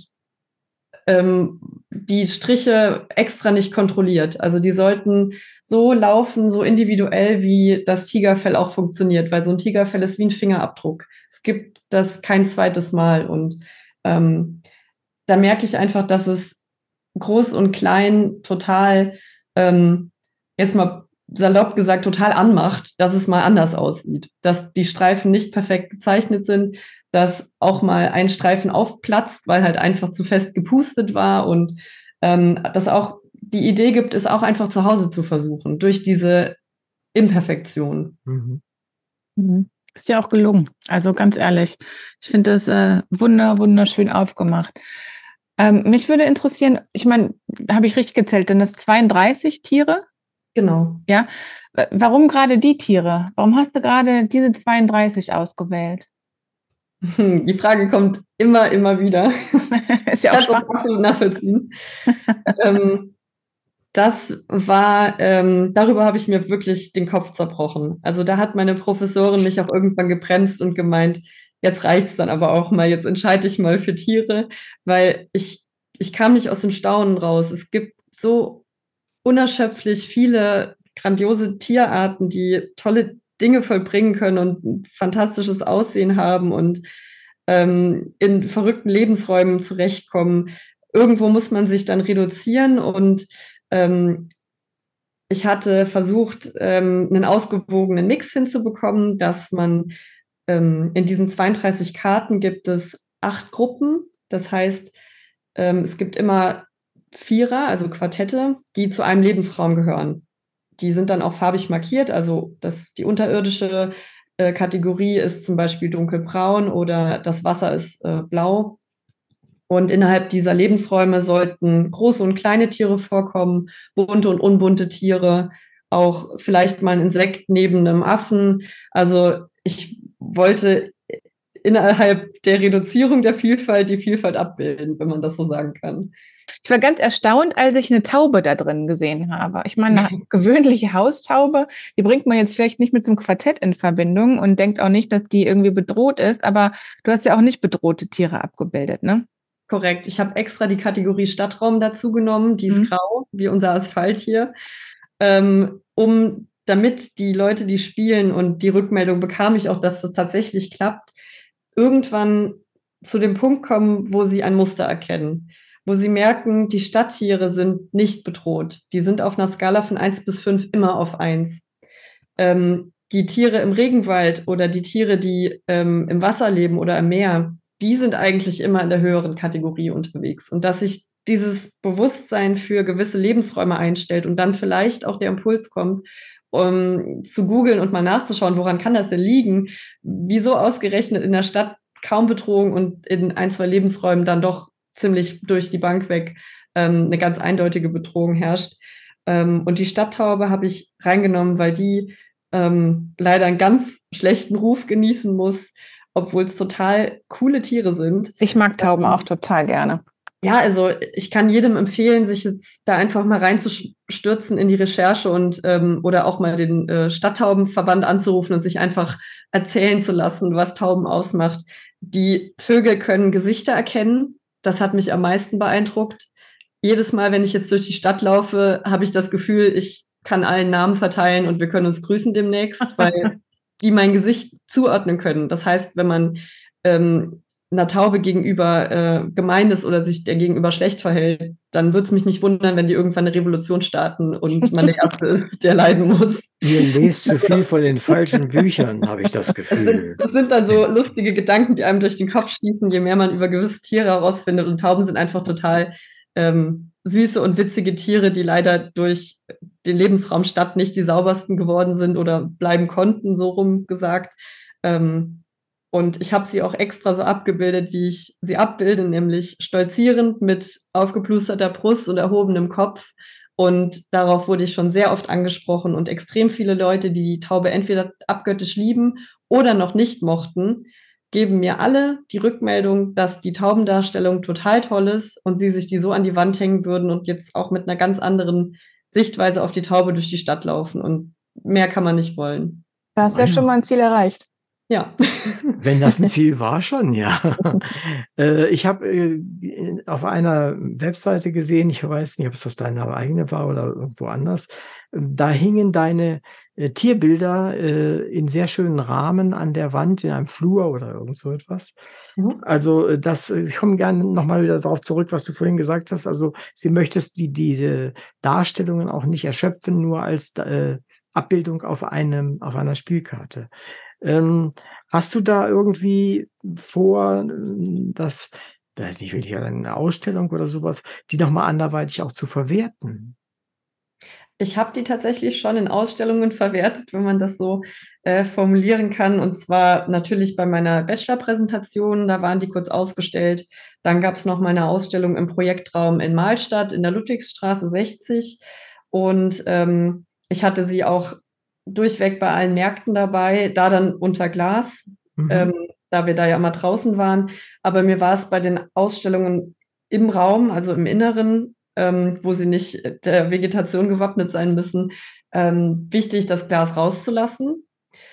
ähm, die Striche extra nicht kontrolliert. Also die sollten so laufen, so individuell, wie das Tigerfell auch funktioniert, weil so ein Tigerfell ist wie ein Fingerabdruck. Es gibt das kein zweites Mal. Und ähm, da merke ich einfach, dass es groß und klein total, ähm, jetzt mal salopp gesagt, total anmacht, dass es mal anders aussieht, dass die Streifen nicht perfekt gezeichnet sind, dass auch mal ein Streifen aufplatzt, weil halt einfach zu fest gepustet war, und ähm, dass auch die Idee gibt, es auch einfach zu Hause zu versuchen, durch diese Imperfektion. Mhm. Mhm. Ist ja auch gelungen, also ganz ehrlich. Ich finde das äh, wunder, wunderschön aufgemacht. Ähm, mich würde interessieren, ich meine, habe ich richtig gezählt, denn das zweiunddreißig Tiere? Genau. Ja. Warum gerade die Tiere? Warum hast du gerade diese zweiunddreißig ausgewählt? Die Frage kommt immer, immer wieder. Ist ja auch spannend. Das absolut nachvollziehen. ähm, das war, ähm, darüber habe ich mir wirklich den Kopf zerbrochen. Also da hat meine Professorin mich auch irgendwann gebremst und gemeint, jetzt reicht's dann aber auch mal, jetzt entscheide ich mal für Tiere, weil ich, ich kam nicht aus dem Staunen raus. Es gibt so unerschöpflich viele grandiose Tierarten, die tolle Dinge vollbringen können und ein fantastisches Aussehen haben und ähm, in verrückten Lebensräumen zurechtkommen. Irgendwo muss man sich dann reduzieren, und ähm, ich hatte versucht, ähm, einen ausgewogenen Mix hinzubekommen, dass man ähm, in diesen zweiunddreißig Karten gibt es acht Gruppen. Das heißt, ähm, es gibt immer Vierer, also Quartette, die zu einem Lebensraum gehören. Die sind dann auch farbig markiert. Also das, die unterirdische äh, Kategorie ist zum Beispiel dunkelbraun oder das Wasser ist äh, blau. Und innerhalb dieser Lebensräume sollten große und kleine Tiere vorkommen, bunte und unbunte Tiere, auch vielleicht mal ein Insekt neben einem Affen. Also ich wollte innerhalb der Reduzierung der Vielfalt die Vielfalt abbilden, wenn man das so sagen kann. Ich war ganz erstaunt, als ich eine Taube da drin gesehen habe. Ich meine, eine gewöhnliche Haustaube, die bringt man jetzt vielleicht nicht mit so einem Quartett in Verbindung und denkt auch nicht, dass die irgendwie bedroht ist, aber du hast ja auch nicht bedrohte Tiere abgebildet, ne? Korrekt. Ich habe extra die Kategorie Stadtraum dazu genommen, die ist mhm. grau, wie unser Asphalt hier, ähm, um damit die Leute, die spielen, und die Rückmeldung bekam ich auch, dass das tatsächlich klappt, irgendwann zu dem Punkt kommen, wo sie ein Muster erkennen, wo sie merken, die Stadttiere sind nicht bedroht. Die sind auf einer Skala von eins bis fünf immer auf eins. Ähm, die Tiere im Regenwald oder die Tiere, die ähm, im Wasser leben oder im Meer, die sind eigentlich immer in der höheren Kategorie unterwegs. Und dass sich dieses Bewusstsein für gewisse Lebensräume einstellt und dann vielleicht auch der Impuls kommt, um zu googeln und mal nachzuschauen, woran kann das denn liegen? Wieso ausgerechnet in der Stadt kaum Bedrohung und in ein, zwei Lebensräumen dann doch ziemlich durch die Bank weg ähm, eine ganz eindeutige Bedrohung herrscht. Ähm, und die Stadttaube habe ich reingenommen, weil die ähm, leider einen ganz schlechten Ruf genießen muss, obwohl es total coole Tiere sind. Ich mag Tauben auch total gerne. Ja, also ich kann jedem empfehlen, sich jetzt da einfach mal reinzustürzen in die Recherche und ähm, oder auch mal den äh, Stadttaubenverband anzurufen und sich einfach erzählen zu lassen, was Tauben ausmacht. Die Vögel können Gesichter erkennen. Das hat mich am meisten beeindruckt. Jedes Mal, wenn ich jetzt durch die Stadt laufe, habe ich das Gefühl, ich kann allen Namen verteilen und wir können uns grüßen demnächst, weil die mein Gesicht zuordnen können. Das heißt, wenn man ähm, einer Taube gegenüber äh, gemein ist oder sich der gegenüber schlecht verhält, dann würde es mich nicht wundern, wenn die irgendwann eine Revolution starten und man der Erste ist, der leiden muss. Ihr lest zu viel von den falschen Büchern, habe ich das Gefühl. Das sind dann so lustige Gedanken, die einem durch den Kopf schießen, je mehr man über gewisse Tiere herausfindet. Und Tauben sind einfach total ähm, süße und witzige Tiere, die leider durch den Lebensraum Stadt nicht die saubersten geworden sind oder bleiben konnten, so rum gesagt. Ähm, Und ich habe sie auch extra so abgebildet, wie ich sie abbilde, nämlich stolzierend mit aufgeplusterter Brust und erhobenem Kopf. Und darauf wurde ich schon sehr oft angesprochen. Und extrem viele Leute, die die Taube entweder abgöttisch lieben oder noch nicht mochten, geben mir alle die Rückmeldung, dass die Taubendarstellung total toll ist und sie sich die so an die Wand hängen würden und jetzt auch mit einer ganz anderen Sichtweise auf die Taube durch die Stadt laufen. Und mehr kann man nicht wollen. Da hast du ja schon mal ein Ziel erreicht. Ja. Wenn das ein Ziel war, schon, ja. äh, ich habe äh, auf einer Webseite gesehen, ich weiß nicht, ob es auf deiner eigenen war oder irgendwo anders, da hingen deine äh, Tierbilder äh, in sehr schönen Rahmen an der Wand, in einem Flur oder irgend so etwas. Mhm. Also das, ich komme gerne nochmal wieder darauf zurück, was du vorhin gesagt hast. Also sie möchtest die, diese Darstellungen auch nicht erschöpfen, nur als äh, Abbildung auf einem, auf einer Spielkarte. Ähm, hast du da irgendwie vor, dass, weiß nicht, will ich eine Ausstellung oder sowas, die nochmal anderweitig auch zu verwerten? Ich habe die tatsächlich schon in Ausstellungen verwertet, wenn man das so äh, formulieren kann. Und zwar natürlich bei meiner Bachelor-Präsentation, da waren die kurz ausgestellt. Dann gab es noch mal eine Ausstellung im Projektraum in Mahlstadt in der Ludwigsstraße sechzig. Und ähm, ich hatte sie auch durchweg bei allen Märkten dabei, da dann unter Glas, mhm. ähm, da wir da ja immer draußen waren. Aber mir war es bei den Ausstellungen im Raum, also im Inneren, ähm, wo sie nicht der Vegetation gewappnet sein müssen, ähm, wichtig, das Glas rauszulassen.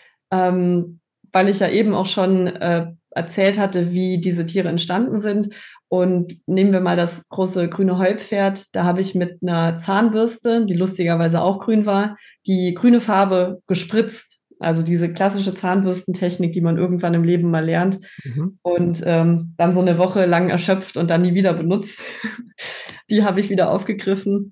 Ähm, weil ich ja eben auch schon äh, erzählt hatte, wie diese Tiere entstanden sind. Und nehmen wir mal das große grüne Heupferd. Da habe ich mit einer Zahnbürste, die lustigerweise auch grün war, die grüne Farbe gespritzt. Also diese klassische Zahnbürstentechnik, die man irgendwann im Leben mal lernt. Mhm. Und ähm, dann so eine Woche lang erschöpft und dann nie wieder benutzt. Die habe ich wieder aufgegriffen.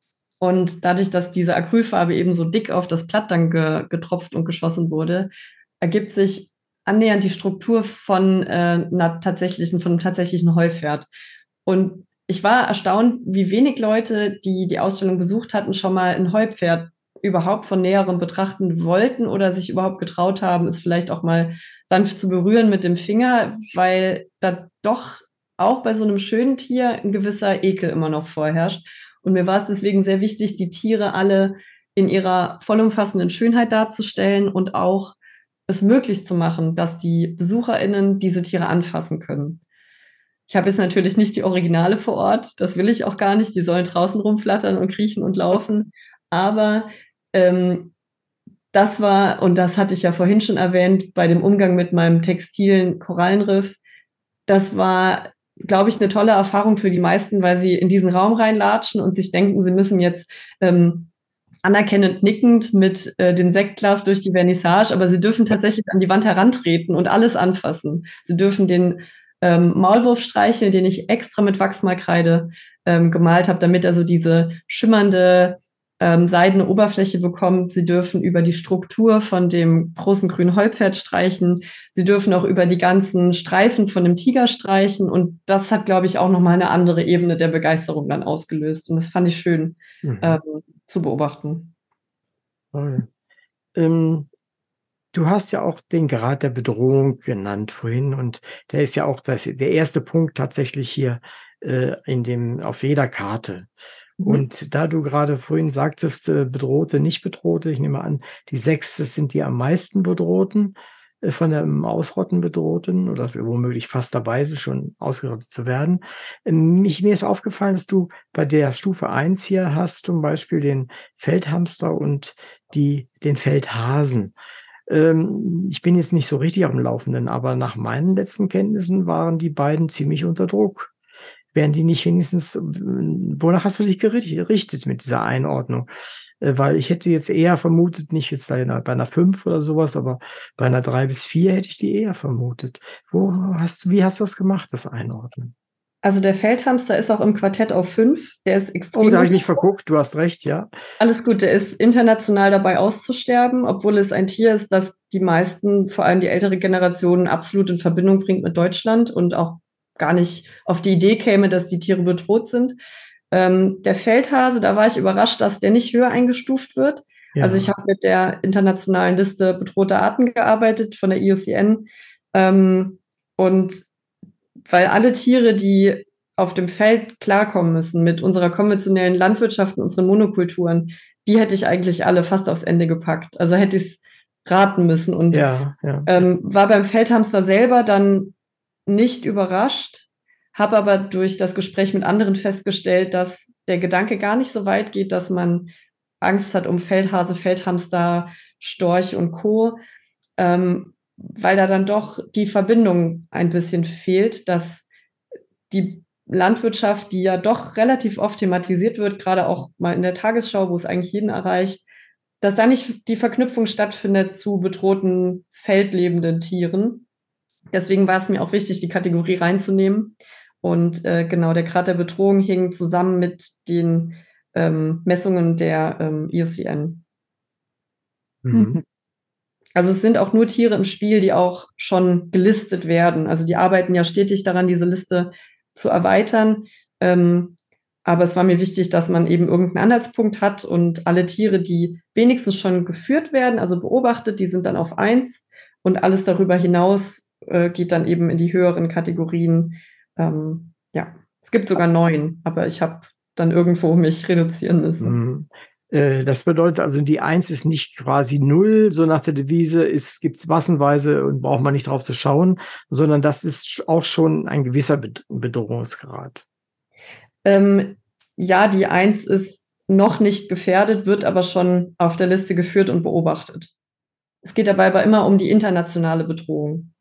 Und dadurch, dass diese Acrylfarbe eben so dick auf das Blatt dann ge- getropft und geschossen wurde, ergibt sich annähernd die Struktur von äh, einer tatsächlichen, von einem tatsächlichen Heupferd. Und ich war erstaunt, wie wenig Leute, die die Ausstellung besucht hatten, schon mal ein Heupferd überhaupt von näherem betrachten wollten oder sich überhaupt getraut haben, es vielleicht auch mal sanft zu berühren mit dem Finger, weil da doch auch bei so einem schönen Tier ein gewisser Ekel immer noch vorherrscht. Und mir war es deswegen sehr wichtig, die Tiere alle in ihrer vollumfassenden Schönheit darzustellen und auch es möglich zu machen, dass die BesucherInnen diese Tiere anfassen können. Ich habe jetzt natürlich nicht die Originale vor Ort, das will ich auch gar nicht, die sollen draußen rumflattern und kriechen und laufen, aber ähm, das war, und das hatte ich ja vorhin schon erwähnt, bei dem Umgang mit meinem textilen Korallenriff, das war, glaube ich, eine tolle Erfahrung für die meisten, weil sie in diesen Raum reinlatschen und sich denken, sie müssen jetzt ähm, anerkennend nickend mit äh, dem Sektglas durch die Vernissage, aber sie dürfen tatsächlich an die Wand herantreten und alles anfassen. Sie dürfen den ähm, Maulwurf streicheln, den ich extra mit Wachsmalkreide ähm, gemalt habe, damit er so diese schimmernde ähm, seidene Oberfläche bekommt. Sie dürfen über die Struktur von dem großen grünen Heupferd streichen. Sie dürfen auch über die ganzen Streifen von dem Tiger streichen. Und das hat, glaube ich, auch nochmal eine andere Ebene der Begeisterung dann ausgelöst. Und das fand ich schön mhm. ähm, zu beobachten. Toll. Ähm, du hast ja auch den Grad der Bedrohung genannt vorhin. Und der ist ja auch das, der erste Punkt tatsächlich hier äh, in dem, auf jeder Karte. Und da du gerade vorhin sagtest, Bedrohte, nicht Bedrohte, ich nehme an, die sechs, das sind die am meisten Bedrohten. äh, von dem Ausrotten bedrohten oder womöglich fast dabei sind, schon ausgerottet zu werden. Ähm, mich mir ist aufgefallen, dass du bei der Stufe eins hier hast zum Beispiel den Feldhamster und die den Feldhasen. Ähm, ich bin jetzt nicht so richtig auf dem Laufenden, aber nach meinen letzten Kenntnissen waren die beiden ziemlich unter Druck. Wären die nicht wenigstens, ähm, wonach hast du dich gericht- gerichtet mit dieser Einordnung? Äh, weil ich hätte jetzt eher vermutet, nicht jetzt bei einer, bei einer fünf oder sowas, aber bei einer drei bis vier hätte ich die eher vermutet. Wo hast du, wie hast du das gemacht, das Einordnen? Also der Feldhamster ist auch im Quartett auf fünf. Der ist Oh, extrem da habe ich gut. mich verguckt, du hast recht, ja. Alles gut, der ist international dabei auszusterben, obwohl es ein Tier ist, das die meisten, vor allem die ältere Generation, absolut in Verbindung bringt mit Deutschland und auch gar nicht auf die Idee käme, dass die Tiere bedroht sind. Ähm, der Feldhase, da war ich überrascht, dass der nicht höher eingestuft wird. Ja. Also ich habe mit der internationalen Liste bedrohter Arten gearbeitet von der I U C N. Ähm, und weil alle Tiere, die auf dem Feld klarkommen müssen mit unserer konventionellen Landwirtschaft und unseren Monokulturen, die hätte ich eigentlich alle fast aufs Ende gepackt. Also hätte ich es raten müssen und Ja, ja. ähm, war beim Feldhamster selber dann nicht überrascht, habe aber durch das Gespräch mit anderen festgestellt, dass der Gedanke gar nicht so weit geht, dass man Angst hat um Feldhase, Feldhamster, Storch und Co., ähm, weil da dann doch die Verbindung ein bisschen fehlt, dass die Landwirtschaft, die ja doch relativ oft thematisiert wird, gerade auch mal in der Tagesschau, wo es eigentlich jeden erreicht, dass da nicht die Verknüpfung stattfindet zu bedrohten, feldlebenden Tieren. Deswegen war es mir auch wichtig, die Kategorie reinzunehmen. Und äh, genau, der Grad der Bedrohung hing zusammen mit den ähm, Messungen der ähm, I U C N. Mhm. Also es sind auch nur Tiere im Spiel, die auch schon gelistet werden. Also die arbeiten ja stetig daran, diese Liste zu erweitern. Ähm, aber es war mir wichtig, dass man eben irgendeinen Anhaltspunkt hat und alle Tiere, die wenigstens schon geführt werden, also beobachtet, die sind dann auf eins und alles darüber hinaus äh, geht dann eben in die höheren Kategorien. Ähm, ja, es gibt sogar neun, aber ich habe dann irgendwo mich reduzieren müssen. Mhm. Äh, das bedeutet also, die eins ist nicht quasi null, so nach der Devise, es gibt's massenweise und braucht man nicht drauf zu schauen, sondern das ist sch auch schon ein gewisser Bed Bedrohungsgrad. Ähm, ja, die eins ist noch nicht gefährdet, wird aber schon auf der Liste geführt und beobachtet. Es geht dabei aber immer um die internationale Bedrohung.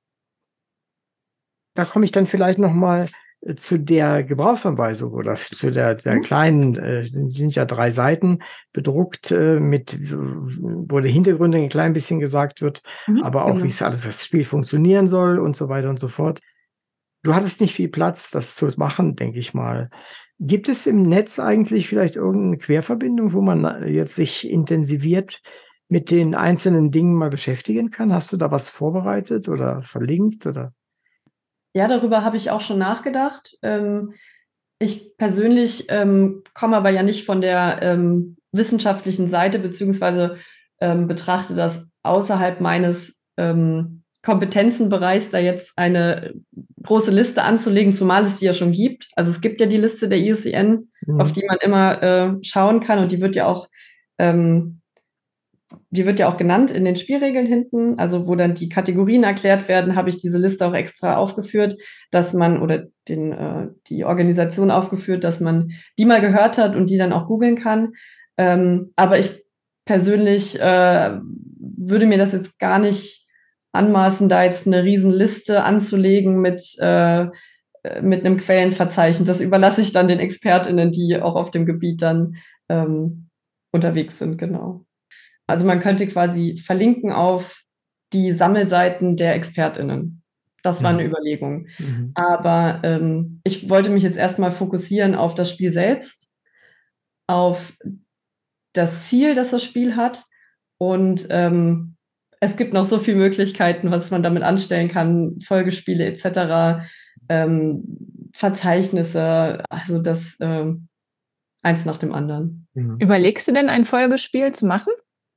Da komme ich dann vielleicht noch mal äh, zu der Gebrauchsanweisung oder f zu der der Mhm. kleinen, äh, sind sind ja drei Seiten bedruckt, äh, mit w wo die Hintergründe ein klein bisschen gesagt wird, Mhm, aber auch, genau. wie's alles das Spiel funktionieren soll und so weiter und so fort. Du hattest nicht viel Platz, das zu machen, denke ich mal. Gibt es im Netz eigentlich vielleicht irgendeine Querverbindung, wo man äh, jetzt sich intensiviert mit den einzelnen Dingen mal beschäftigen kann? Hast du da was vorbereitet oder verlinkt oder? Ja, darüber habe ich auch schon nachgedacht. Ähm, ich persönlich ähm, komme aber ja nicht von der ähm, wissenschaftlichen Seite, beziehungsweise ähm, betrachte das außerhalb meines ähm, Kompetenzenbereichs, da jetzt eine große Liste anzulegen, zumal es die ja schon gibt. Also es gibt ja die Liste der I U C N, auf Mhm. die man immer äh, schauen kann und die wird ja auch ähm, die wird ja auch genannt in den Spielregeln hinten, also wo dann die Kategorien erklärt werden, habe ich diese Liste auch extra aufgeführt, dass man oder den, äh, die Organisation aufgeführt, dass man die mal gehört hat und die dann auch googeln kann. Ähm, aber ich persönlich äh, würde mir das jetzt gar nicht anmaßen, da jetzt eine Riesenliste anzulegen mit, äh, mit einem Quellenverzeichnis. Das überlasse ich dann den ExpertInnen, die auch auf dem Gebiet dann ähm, unterwegs sind, genau. Also man könnte quasi verlinken auf die Sammelseiten der ExpertInnen. Das war Ja. eine Überlegung. Mhm. Aber ähm, ich wollte mich jetzt erstmal fokussieren auf das Spiel selbst, auf das Ziel, das das Spiel hat. Und ähm, es gibt noch so viele Möglichkeiten, was man damit anstellen kann, Folgespiele et cetera, ähm, Verzeichnisse, also das ähm, eins nach dem anderen. Mhm. Überlegst du denn ein Folgespiel zu machen?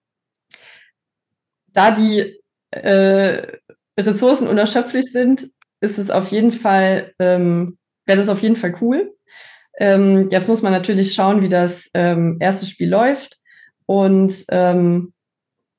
Da die äh, Ressourcen unerschöpflich sind, ist es auf jeden Fall, ähm, wäre das auf jeden Fall cool. Ähm, jetzt muss man natürlich schauen, wie das ähm, erste Spiel läuft. Und ähm,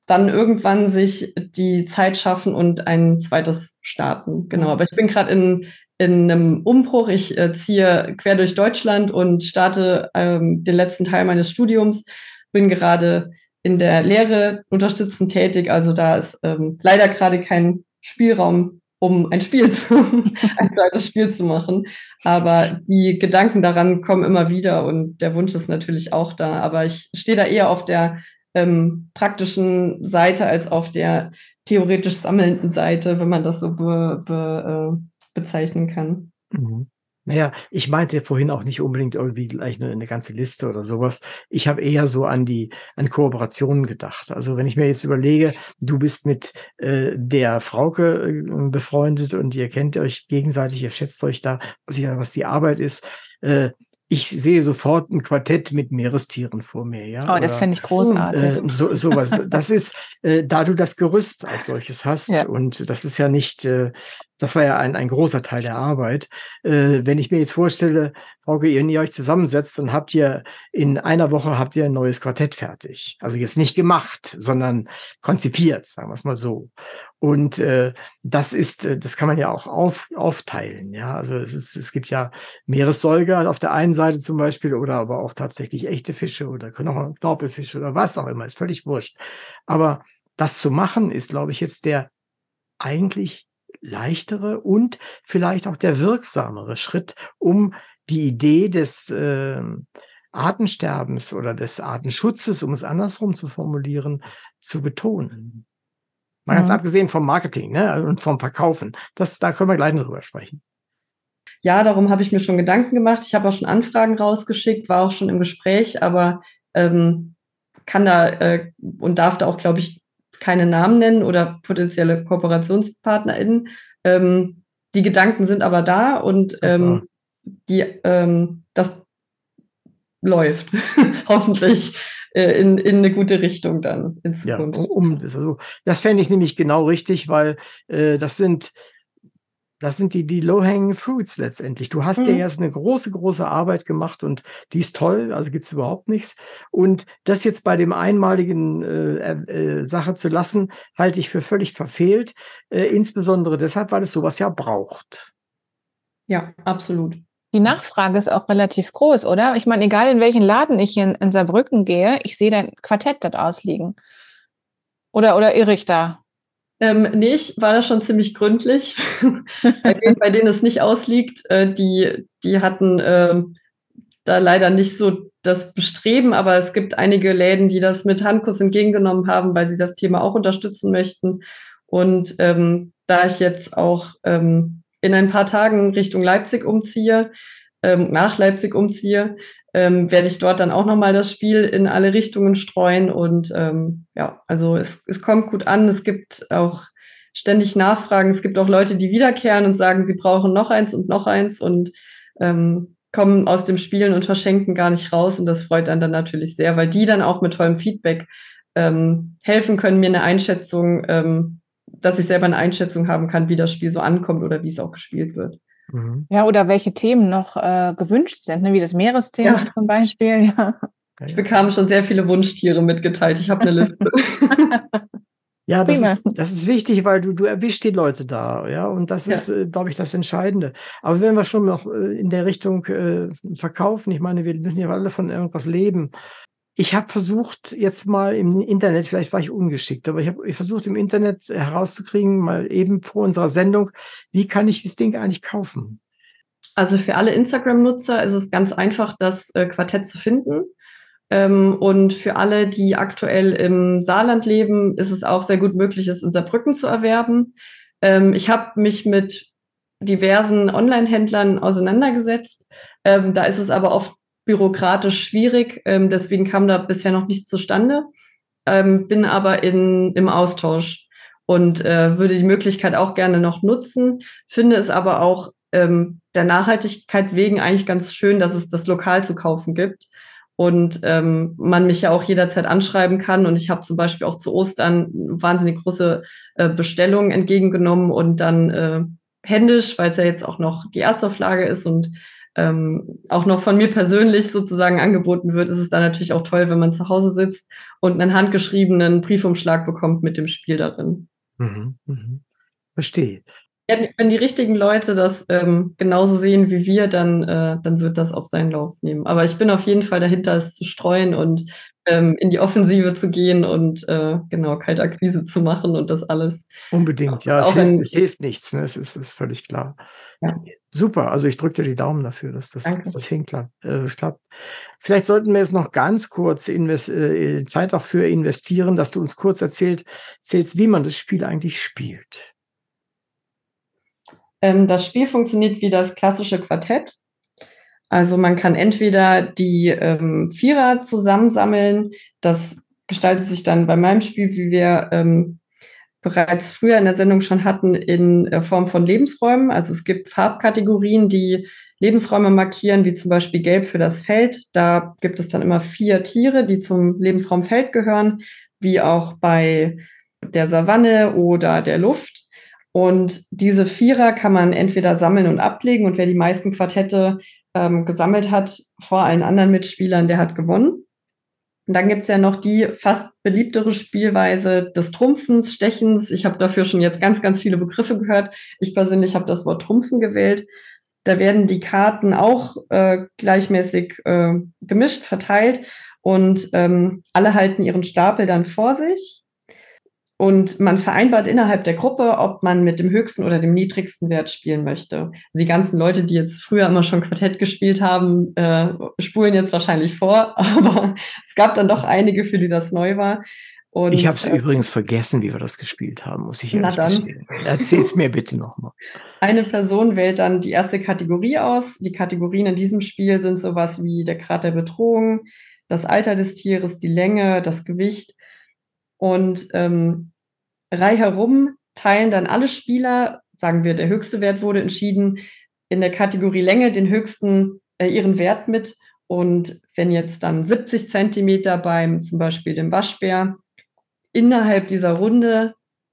dann irgendwann sich die Zeit schaffen und ein zweites starten. Genau, aber ich bin gerade in, in einem Umbruch. Ich äh, ziehe quer durch Deutschland und starte ähm, den letzten Teil meines Studiums. Bin gerade in der Lehre unterstützend tätig. Also da ist ähm, leider gerade kein Spielraum, um ein Spiel zu, ein zweites Spiel zu machen. Aber die Gedanken daran kommen immer wieder und der Wunsch ist natürlich auch da. Aber ich stehe da eher auf der ähm, praktischen Seite als auf der theoretisch sammelnden Seite, wenn man das so be, be, äh, bezeichnen kann. Mhm. Naja, ich meinte vorhin auch nicht unbedingt irgendwie gleich eine, eine ganze Liste oder sowas. Ich habe eher so an die an Kooperationen gedacht. Also wenn ich mir jetzt überlege, du bist mit äh, der Frauke äh, befreundet und ihr kennt euch gegenseitig, ihr schätzt euch da, was, ich, was die Arbeit ist. Äh, ich sehe sofort ein Quartett mit Meerestieren vor mir, ja. Oh, das Oder fände ich großartig. äh, so, sowas. Das ist, äh, da du das Gerüst als solches hast, Ja. und das ist ja nicht, äh, das war ja ein, ein großer Teil der Arbeit. Äh, wenn ich mir jetzt vorstelle, Frauke, wenn ihr euch zusammensetzt, dann habt ihr in einer Woche habt ihr ein neues Quartett fertig. Also jetzt nicht gemacht, sondern konzipiert, sagen wir es mal so. Und äh, das ist, äh, das kann man ja auch auf, aufteilen. Ja, also es, ist, es gibt ja Meeressäuger auf der einen Seite zum Beispiel oder aber auch tatsächlich echte Fische oder Knochen- Knorpelfische oder was auch immer, ist völlig wurscht. Aber das zu machen, ist, glaube ich, jetzt der eigentlich leichtere und vielleicht auch der wirksamere Schritt, um die Idee des äh, Artensterbens oder des Artenschutzes, um es andersrum zu formulieren, zu betonen. Mal ganz Mhm. abgesehen vom Marketing, ne, und vom Verkaufen. Das, da können wir gleich noch drüber sprechen. Ja, darum habe ich mir schon Gedanken gemacht. Ich habe auch schon Anfragen rausgeschickt, war auch schon im Gespräch, aber ähm, kann da äh, und darf da auch, glaube ich, keine Namen nennen oder potenzielle KooperationspartnerInnen. Ähm, die Gedanken sind aber da und ähm, die, ähm, das läuft hoffentlich äh, in, in eine gute Richtung dann in Zukunft. Ja, um das, also, das fände ich nämlich genau richtig, weil äh, das sind Das sind die, die Low-Hanging Fruits letztendlich. Du hast Mhm. ja jetzt eine große, große Arbeit gemacht und die ist toll, also gibt's überhaupt nichts. Und das jetzt bei dem einmaligen äh, äh, Sache zu lassen, halte ich für völlig verfehlt, äh, insbesondere deshalb, weil es sowas ja braucht. Ja, absolut. Die Nachfrage ist auch relativ groß, oder? Ich meine, egal in welchen Laden ich in, in Saarbrücken gehe, ich sehe dein Quartett dort ausliegen. Oder, oder irre ich da? Ähm, nee, ich war da schon ziemlich gründlich. bei, denen, bei denen es nicht ausliegt, äh, die, die hatten äh, da leider nicht so das Bestreben, aber es gibt einige Läden, die das mit Handkuss entgegengenommen haben, weil sie das Thema auch unterstützen möchten. Und ähm, da ich jetzt auch ähm, in ein paar Tagen Richtung Leipzig umziehe, ähm, nach Leipzig umziehe, ähm, werde ich dort dann auch nochmal das Spiel in alle Richtungen streuen. Und ähm, ja, also es, es kommt gut an. Es gibt auch ständig Nachfragen. Es gibt auch Leute, die wiederkehren und sagen, sie brauchen noch eins und noch eins und ähm, kommen aus dem Spielen und verschenken gar nicht raus. Und das freut einen dann natürlich sehr, weil die dann auch mit tollem Feedback ähm, helfen können, mir eine Einschätzung, ähm, dass ich selber eine Einschätzung haben kann, wie das Spiel so ankommt oder wie es auch gespielt wird. Mhm. Ja, oder welche Themen noch äh, gewünscht sind, ne? Wie das Meeresthema Ja. zum Beispiel. Ja. Ja, Ich ja. bekam schon sehr viele Wunschtiere mitgeteilt. Ich habe eine Liste. Ja, das Prima. ist, das ist wichtig, weil du, du erwischst die Leute da, ja, und das Ja. ist, äh, glaube ich, das Entscheidende. Aber wenn wir schon noch äh, in der Richtung äh, verkaufen, ich meine, wir müssen ja alle von irgendwas leben. Ich habe versucht, jetzt mal im Internet, vielleicht war ich ungeschickt, aber ich habe ich versucht, im Internet herauszukriegen, mal eben vor unserer Sendung, wie kann ich das Ding eigentlich kaufen? Also für alle Instagram-Nutzer ist es ganz einfach, das äh, Quartett zu finden. Ähm, und für alle, die aktuell im Saarland leben, ist es auch sehr gut möglich, es in Saarbrücken zu erwerben. Ähm, ich habe mich mit diversen Online-Händlern auseinandergesetzt. Ähm, da ist es aber oft bürokratisch schwierig. Ähm, deswegen kam da bisher noch nichts zustande. Ähm, bin aber in, im Austausch und äh, würde die Möglichkeit auch gerne noch nutzen. Finde es aber auch ähm, der Nachhaltigkeit wegen eigentlich ganz schön, dass es das lokal zu kaufen gibt. Und ähm, man mich ja auch jederzeit anschreiben kann. Und ich habe zum Beispiel auch zu Ostern wahnsinnig große äh, Bestellungen entgegengenommen und dann äh, händisch, weil es ja jetzt auch noch die Erstauflage ist und ähm, auch noch von mir persönlich sozusagen angeboten wird, ist es dann natürlich auch toll, wenn man zu Hause sitzt und einen handgeschriebenen Briefumschlag bekommt mit dem Spiel darin. Mhm, mhm. Verstehe. Ja, wenn die richtigen Leute das ähm, genauso sehen wie wir, dann, äh, dann wird das auch seinen Lauf nehmen. Aber ich bin auf jeden Fall dahinter, es zu streuen und ähm, in die Offensive zu gehen und äh, genau, Kaltakquise zu machen und das alles. Unbedingt, ja, es Auch hilft in, es hilft nichts, ne? Es ist ist völlig klar. ja, Super, also ich drücke dir die Daumen dafür, dass das dass danke. das hinklappt äh, es klappt. Vielleicht sollten wir jetzt noch ganz kurz inves äh, Zeit dafür investieren, dass du uns kurz erzählt erzählst, wie man das Spiel eigentlich spielt. Ähm, das Spiel funktioniert wie das klassische Quartett. Also man kann entweder die ähm, Vierer zusammensammeln. Das gestaltet sich dann bei meinem Spiel, wie wir ähm, bereits früher in der Sendung schon hatten, in äh, Form von Lebensräumen. Also es gibt Farbkategorien, die Lebensräume markieren, wie zum Beispiel Gelb für das Feld. Da gibt es dann immer vier Tiere, die zum Lebensraum Feld gehören, wie auch bei der Savanne oder der Luft. Und diese Vierer kann man entweder sammeln und ablegen. Und wer die meisten Quartette ähm, gesammelt hat vor allen anderen Mitspielern, der hat gewonnen. Und dann gibt's ja noch die fast beliebtere Spielweise des Trumpfens, Stechens. Ich habe dafür schon jetzt ganz, ganz viele Begriffe gehört. Ich persönlich habe das Wort Trumpfen gewählt. Da werden die Karten auch äh, gleichmäßig äh, gemischt, verteilt und ähm, alle halten ihren Stapel dann vor sich. Und man vereinbart innerhalb der Gruppe, ob man mit dem höchsten oder dem niedrigsten Wert spielen möchte. Also die ganzen Leute, die jetzt früher immer schon Quartett gespielt haben, äh, spulen jetzt wahrscheinlich vor, aber es gab dann doch einige, für die das neu war. Und, Ich habe es äh, übrigens vergessen, wie wir das gespielt haben, muss ich na ehrlich dann. gestehen. Erzähl's mir bitte noch mal. Eine Person wählt dann die erste Kategorie aus. Die Kategorien in diesem Spiel sind sowas wie der Grad der Bedrohung, das Alter des Tieres, die Länge, das Gewicht. Und ähm, reihum teilen dann alle Spieler, sagen wir, der höchste Wert wurde entschieden, in der Kategorie Länge den höchsten äh, ihren Wert mit. Und wenn jetzt dann siebzig Zentimeter beim zum Beispiel dem Waschbär innerhalb dieser Runde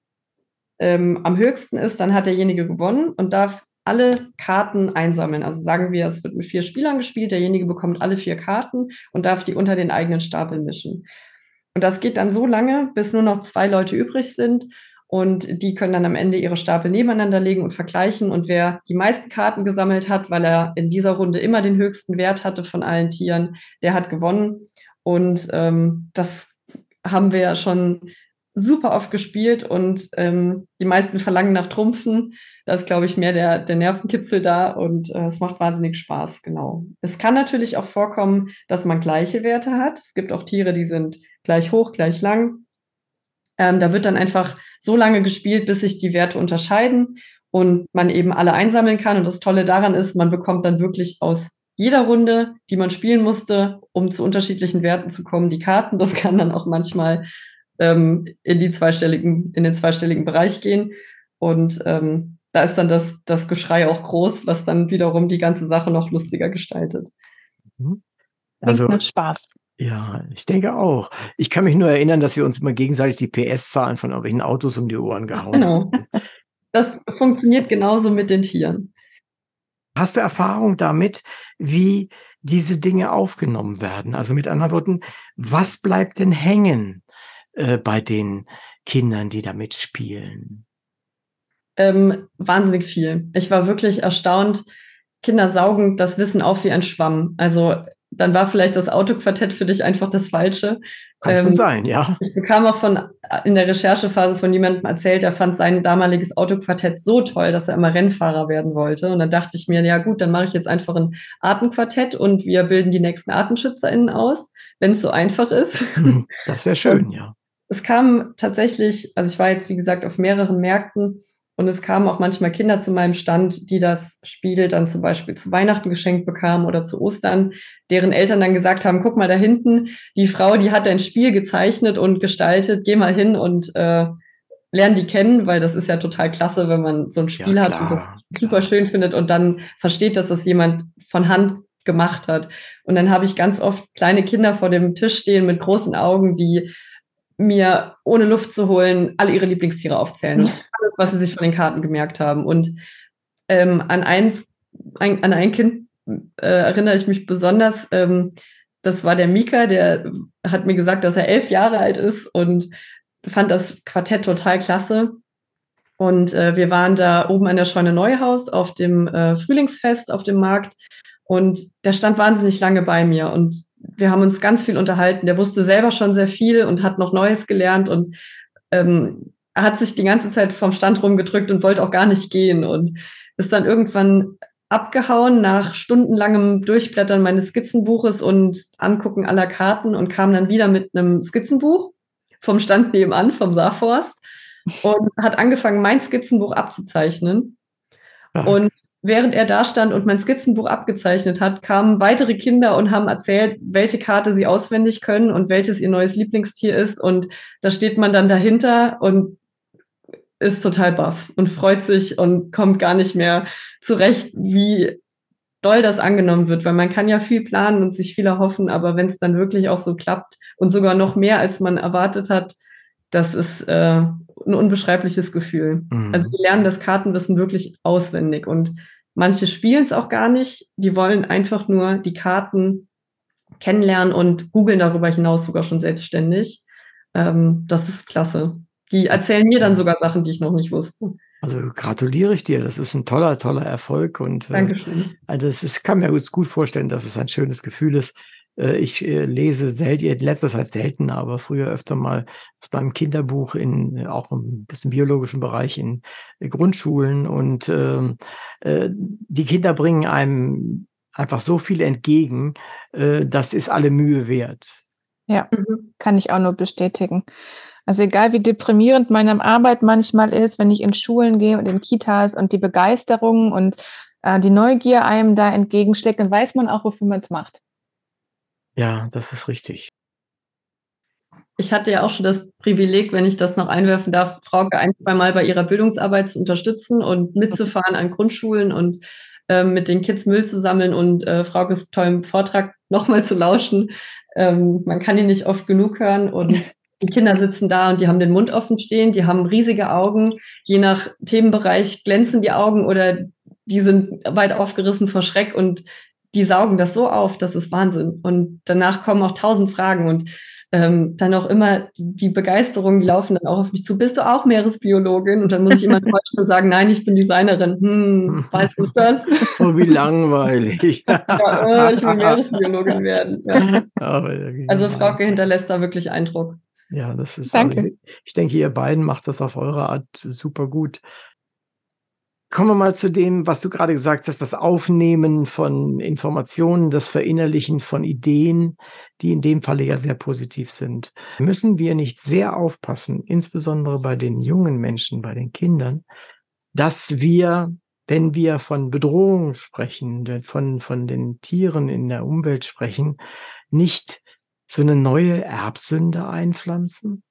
ähm, am höchsten ist, dann hat derjenige gewonnen und darf alle Karten einsammeln. Also sagen wir, es wird mit vier Spielern gespielt, derjenige bekommt alle vier Karten und darf die unter den eigenen Stapel mischen. Und das geht dann so lange, bis nur noch zwei Leute übrig sind. Und die können dann am Ende ihre Stapel nebeneinander legen und vergleichen. Und wer die meisten Karten gesammelt hat, weil er in dieser Runde immer den höchsten Wert hatte von allen Tieren, der hat gewonnen. Und ähm, das haben wir ja schon super oft gespielt. Und ähm, die meisten verlangen nach Trumpfen. Da ist, glaube ich, mehr der, der Nervenkitzel da. Und äh, es macht wahnsinnig Spaß, genau. Es kann natürlich auch vorkommen, dass man gleiche Werte hat. Es gibt auch Tiere, die sind gleich hoch, gleich lang. Ähm, da wird dann einfach so lange gespielt, bis sich die Werte unterscheiden und man eben alle einsammeln kann. Und das Tolle daran ist, man bekommt dann wirklich aus jeder Runde, die man spielen musste, um zu unterschiedlichen Werten zu kommen, die Karten. Das kann dann auch manchmal ähm, in die zweistelligen, in den zweistelligen Bereich gehen. Und ähm, da ist dann das, das Geschrei auch groß, was dann wiederum die ganze Sache noch lustiger gestaltet. Mhm. Klingt Also nach Spaß. ja, ich denke auch. Ich kann mich nur erinnern, dass wir uns immer gegenseitig die P S-Zahlen von irgendwelchen Autos um die Ohren gehauen Genau. haben. Das funktioniert genauso mit den Tieren. Hast du Erfahrung damit, wie diese Dinge aufgenommen werden? Also mit anderen Worten, was bleibt denn hängen äh, bei den Kindern, die da mitspielen? Ähm, wahnsinnig viel. Ich war wirklich erstaunt. Kinder saugen das Wissen auf wie ein Schwamm. Also dann war vielleicht das Autoquartett für dich einfach das Falsche. Kann schon Ähm, sein, ja. ich bekam auch von in der Recherchephase von jemandem erzählt, er fand sein damaliges Autoquartett so toll, dass er immer Rennfahrer werden wollte. Und dann dachte ich mir, ja gut, dann mache ich jetzt einfach ein Artenquartett und wir bilden die nächsten ArtenschützerInnen aus, wenn es so einfach ist. Das wäre schön, ja. Es kam tatsächlich, also ich war jetzt, wie gesagt, auf mehreren Märkten und es kamen auch manchmal Kinder zu meinem Stand, die das Spiel dann zum Beispiel zu Weihnachten geschenkt bekamen oder zu Ostern, deren Eltern dann gesagt haben, guck mal da hinten, die Frau, die hat ein Spiel gezeichnet und gestaltet, geh mal hin und äh, lern die kennen, weil das ist ja total klasse, wenn man so ein Spiel Ja, hat und das klar, super klar. schön findet und dann versteht, dass das jemand von Hand gemacht hat. Und dann habe ich ganz oft kleine Kinder vor dem Tisch stehen mit großen Augen, die mir, ohne Luft zu holen, alle ihre Lieblingstiere aufzählen und alles, was sie sich von den Karten gemerkt haben. Und ähm, an eins, ein, an ein Kind äh, erinnere ich mich besonders, ähm, das war der Mika, der hat mir gesagt, dass er elf Jahre alt ist und fand das Quartett total klasse. Und äh, wir waren da oben an der Scheune Neuhaus auf dem äh, Frühlingsfest auf dem Markt und der stand wahnsinnig lange bei mir und wir haben uns ganz viel unterhalten. Der wusste selber schon sehr viel und hat noch Neues gelernt und ähm, er hat sich die ganze Zeit vom Stand rumgedrückt und wollte auch gar nicht gehen und ist dann irgendwann abgehauen nach stundenlangem Durchblättern meines Skizzenbuches und Angucken aller Karten und kam dann wieder mit einem Skizzenbuch vom Stand nebenan, vom Saarforst und hat angefangen, mein Skizzenbuch abzuzeichnen. Ja. Und während er da stand und mein Skizzenbuch abgezeichnet hat, kamen weitere Kinder und haben erzählt, welche Karte sie auswendig können und welches ihr neues Lieblingstier ist. Und da steht man dann dahinter und ist total baff und freut sich und kommt gar nicht mehr zurecht, wie doll das angenommen wird, weil man kann ja viel planen und sich viel erhoffen, aber wenn es dann wirklich auch so klappt und sogar noch mehr, als man erwartet hat, das ist äh, ein unbeschreibliches Gefühl. Mhm. Also die lernen das Kartenwissen wirklich auswendig und manche spielen es auch gar nicht, die wollen einfach nur die Karten kennenlernen und googeln darüber hinaus sogar schon selbstständig. Ähm, das ist klasse. Die erzählen mir dann sogar Sachen, die ich noch nicht wusste. Also gratuliere ich dir, das ist ein toller, toller Erfolg und äh, Dankeschön. also es ist, kann mir jetzt gut vorstellen, dass es ein schönes Gefühl ist. Äh, ich äh, lese selten, in letzter Zeit selten, aber früher öfter mal was beim Kinderbuch in äh, auch ein bisschen biologischen Bereich in äh, Grundschulen und ähm, äh, die Kinder bringen einem einfach so viel entgegen, äh, das ist alle Mühe wert. Ja, Mhm. kann ich auch nur bestätigen. Also egal wie deprimierend meine Arbeit manchmal ist, wenn ich in Schulen gehe und in Kitas und die Begeisterung und äh, die Neugier einem da entgegenschlägt, dann weiß man auch, wofür man es macht. Ja, das ist richtig. Ich hatte ja auch schon das Privileg, wenn ich das noch einwerfen darf, Frauke ein, zwei Mal bei ihrer Bildungsarbeit zu unterstützen und mitzufahren an Grundschulen und ähm, mit den Kids Müll zu sammeln und äh, Fraukes tollem Vortrag nochmal zu lauschen. Ähm, man kann ihn nicht oft genug hören und die Kinder sitzen da und die haben den Mund offen stehen, die haben riesige Augen. Je nach Themenbereich glänzen die Augen oder die sind weit aufgerissen vor Schreck und die saugen das so auf, das ist Wahnsinn. Und danach kommen auch tausend Fragen und ähm, dann auch immer die, die Begeisterung, die laufen dann auch auf mich zu. Bist du auch Meeresbiologin? Und dann muss ich immer enttäuscht und sagen, nein, ich bin Designerin. Hm, was ist das? Oh, wie langweilig. Ja, äh, ich will Meeresbiologin werden. Ja. Aber, Also Frauke hinterlässt da wirklich Eindruck. Ja, das ist, Danke. also ich, ich denke, ihr beiden macht das auf eure Art super gut. Kommen wir mal zu dem, was du gerade gesagt hast, das Aufnehmen von Informationen, das Verinnerlichen von Ideen, die in dem Falle ja sehr positiv sind. Müssen wir nicht sehr aufpassen, insbesondere bei den jungen Menschen, bei den Kindern, dass wir, wenn wir von Bedrohung sprechen, de- von, von den Tieren in der Umwelt sprechen, nicht so eine neue Erbsünde einpflanzen?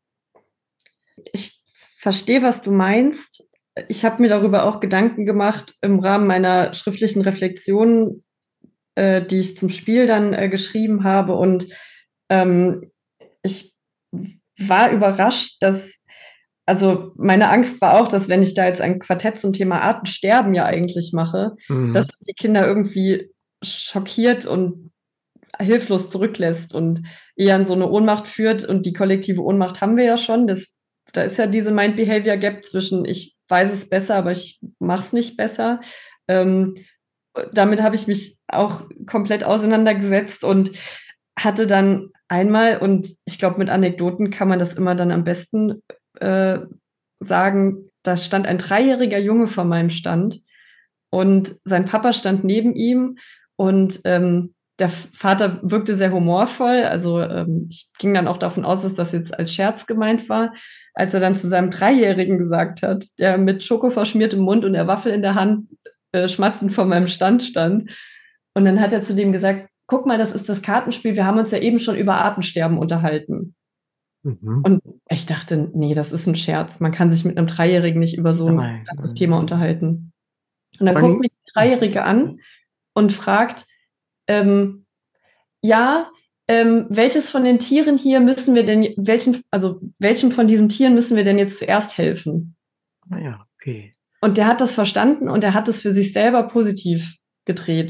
Ich verstehe, was du meinst. Ich habe mir darüber auch Gedanken gemacht im Rahmen meiner schriftlichen Reflexion, äh, die ich zum Spiel dann äh, geschrieben habe. Und ähm, ich war überrascht, dass, also meine Angst war auch, dass wenn ich da jetzt ein Quartett zum Thema Artensterben ja eigentlich mache, Mhm. dass es die Kinder irgendwie schockiert und hilflos zurücklässt und eher in so eine Ohnmacht führt. Und die kollektive Ohnmacht haben wir ja schon. Das, da ist ja diese Mind-Behavior-Gap zwischen, ich weiß es besser, aber ich mache es nicht besser. Ähm, damit habe ich mich auch komplett auseinandergesetzt und hatte dann einmal, und ich glaube, mit Anekdoten kann man das immer dann am besten äh, sagen, da stand ein dreijähriger Junge vor meinem Stand und sein Papa stand neben ihm und ähm, der Vater wirkte sehr humorvoll. Also ähm, ich ging dann auch davon aus, dass das jetzt als Scherz gemeint war, als er dann zu seinem Dreijährigen gesagt hat, der mit Schoko verschmiertem Mund und der Waffel in der Hand äh, schmatzend vor meinem Stand stand. Und dann hat er zu dem gesagt, guck mal, das ist das Kartenspiel, wir haben uns ja eben schon über Artensterben unterhalten. Mhm. Und ich dachte, nee, das ist ein Scherz. Man kann sich mit einem Dreijährigen nicht über so ein Nein, krasses nein. Thema unterhalten. Und dann Vor guckt allem- mich die Dreijährige an und fragt, ähm, ja, ähm, welches von den Tieren hier müssen wir denn, welchen, also welchem von diesen Tieren müssen wir denn jetzt zuerst helfen? Naja, okay. Und der hat das verstanden und er hat es für sich selber positiv gedreht.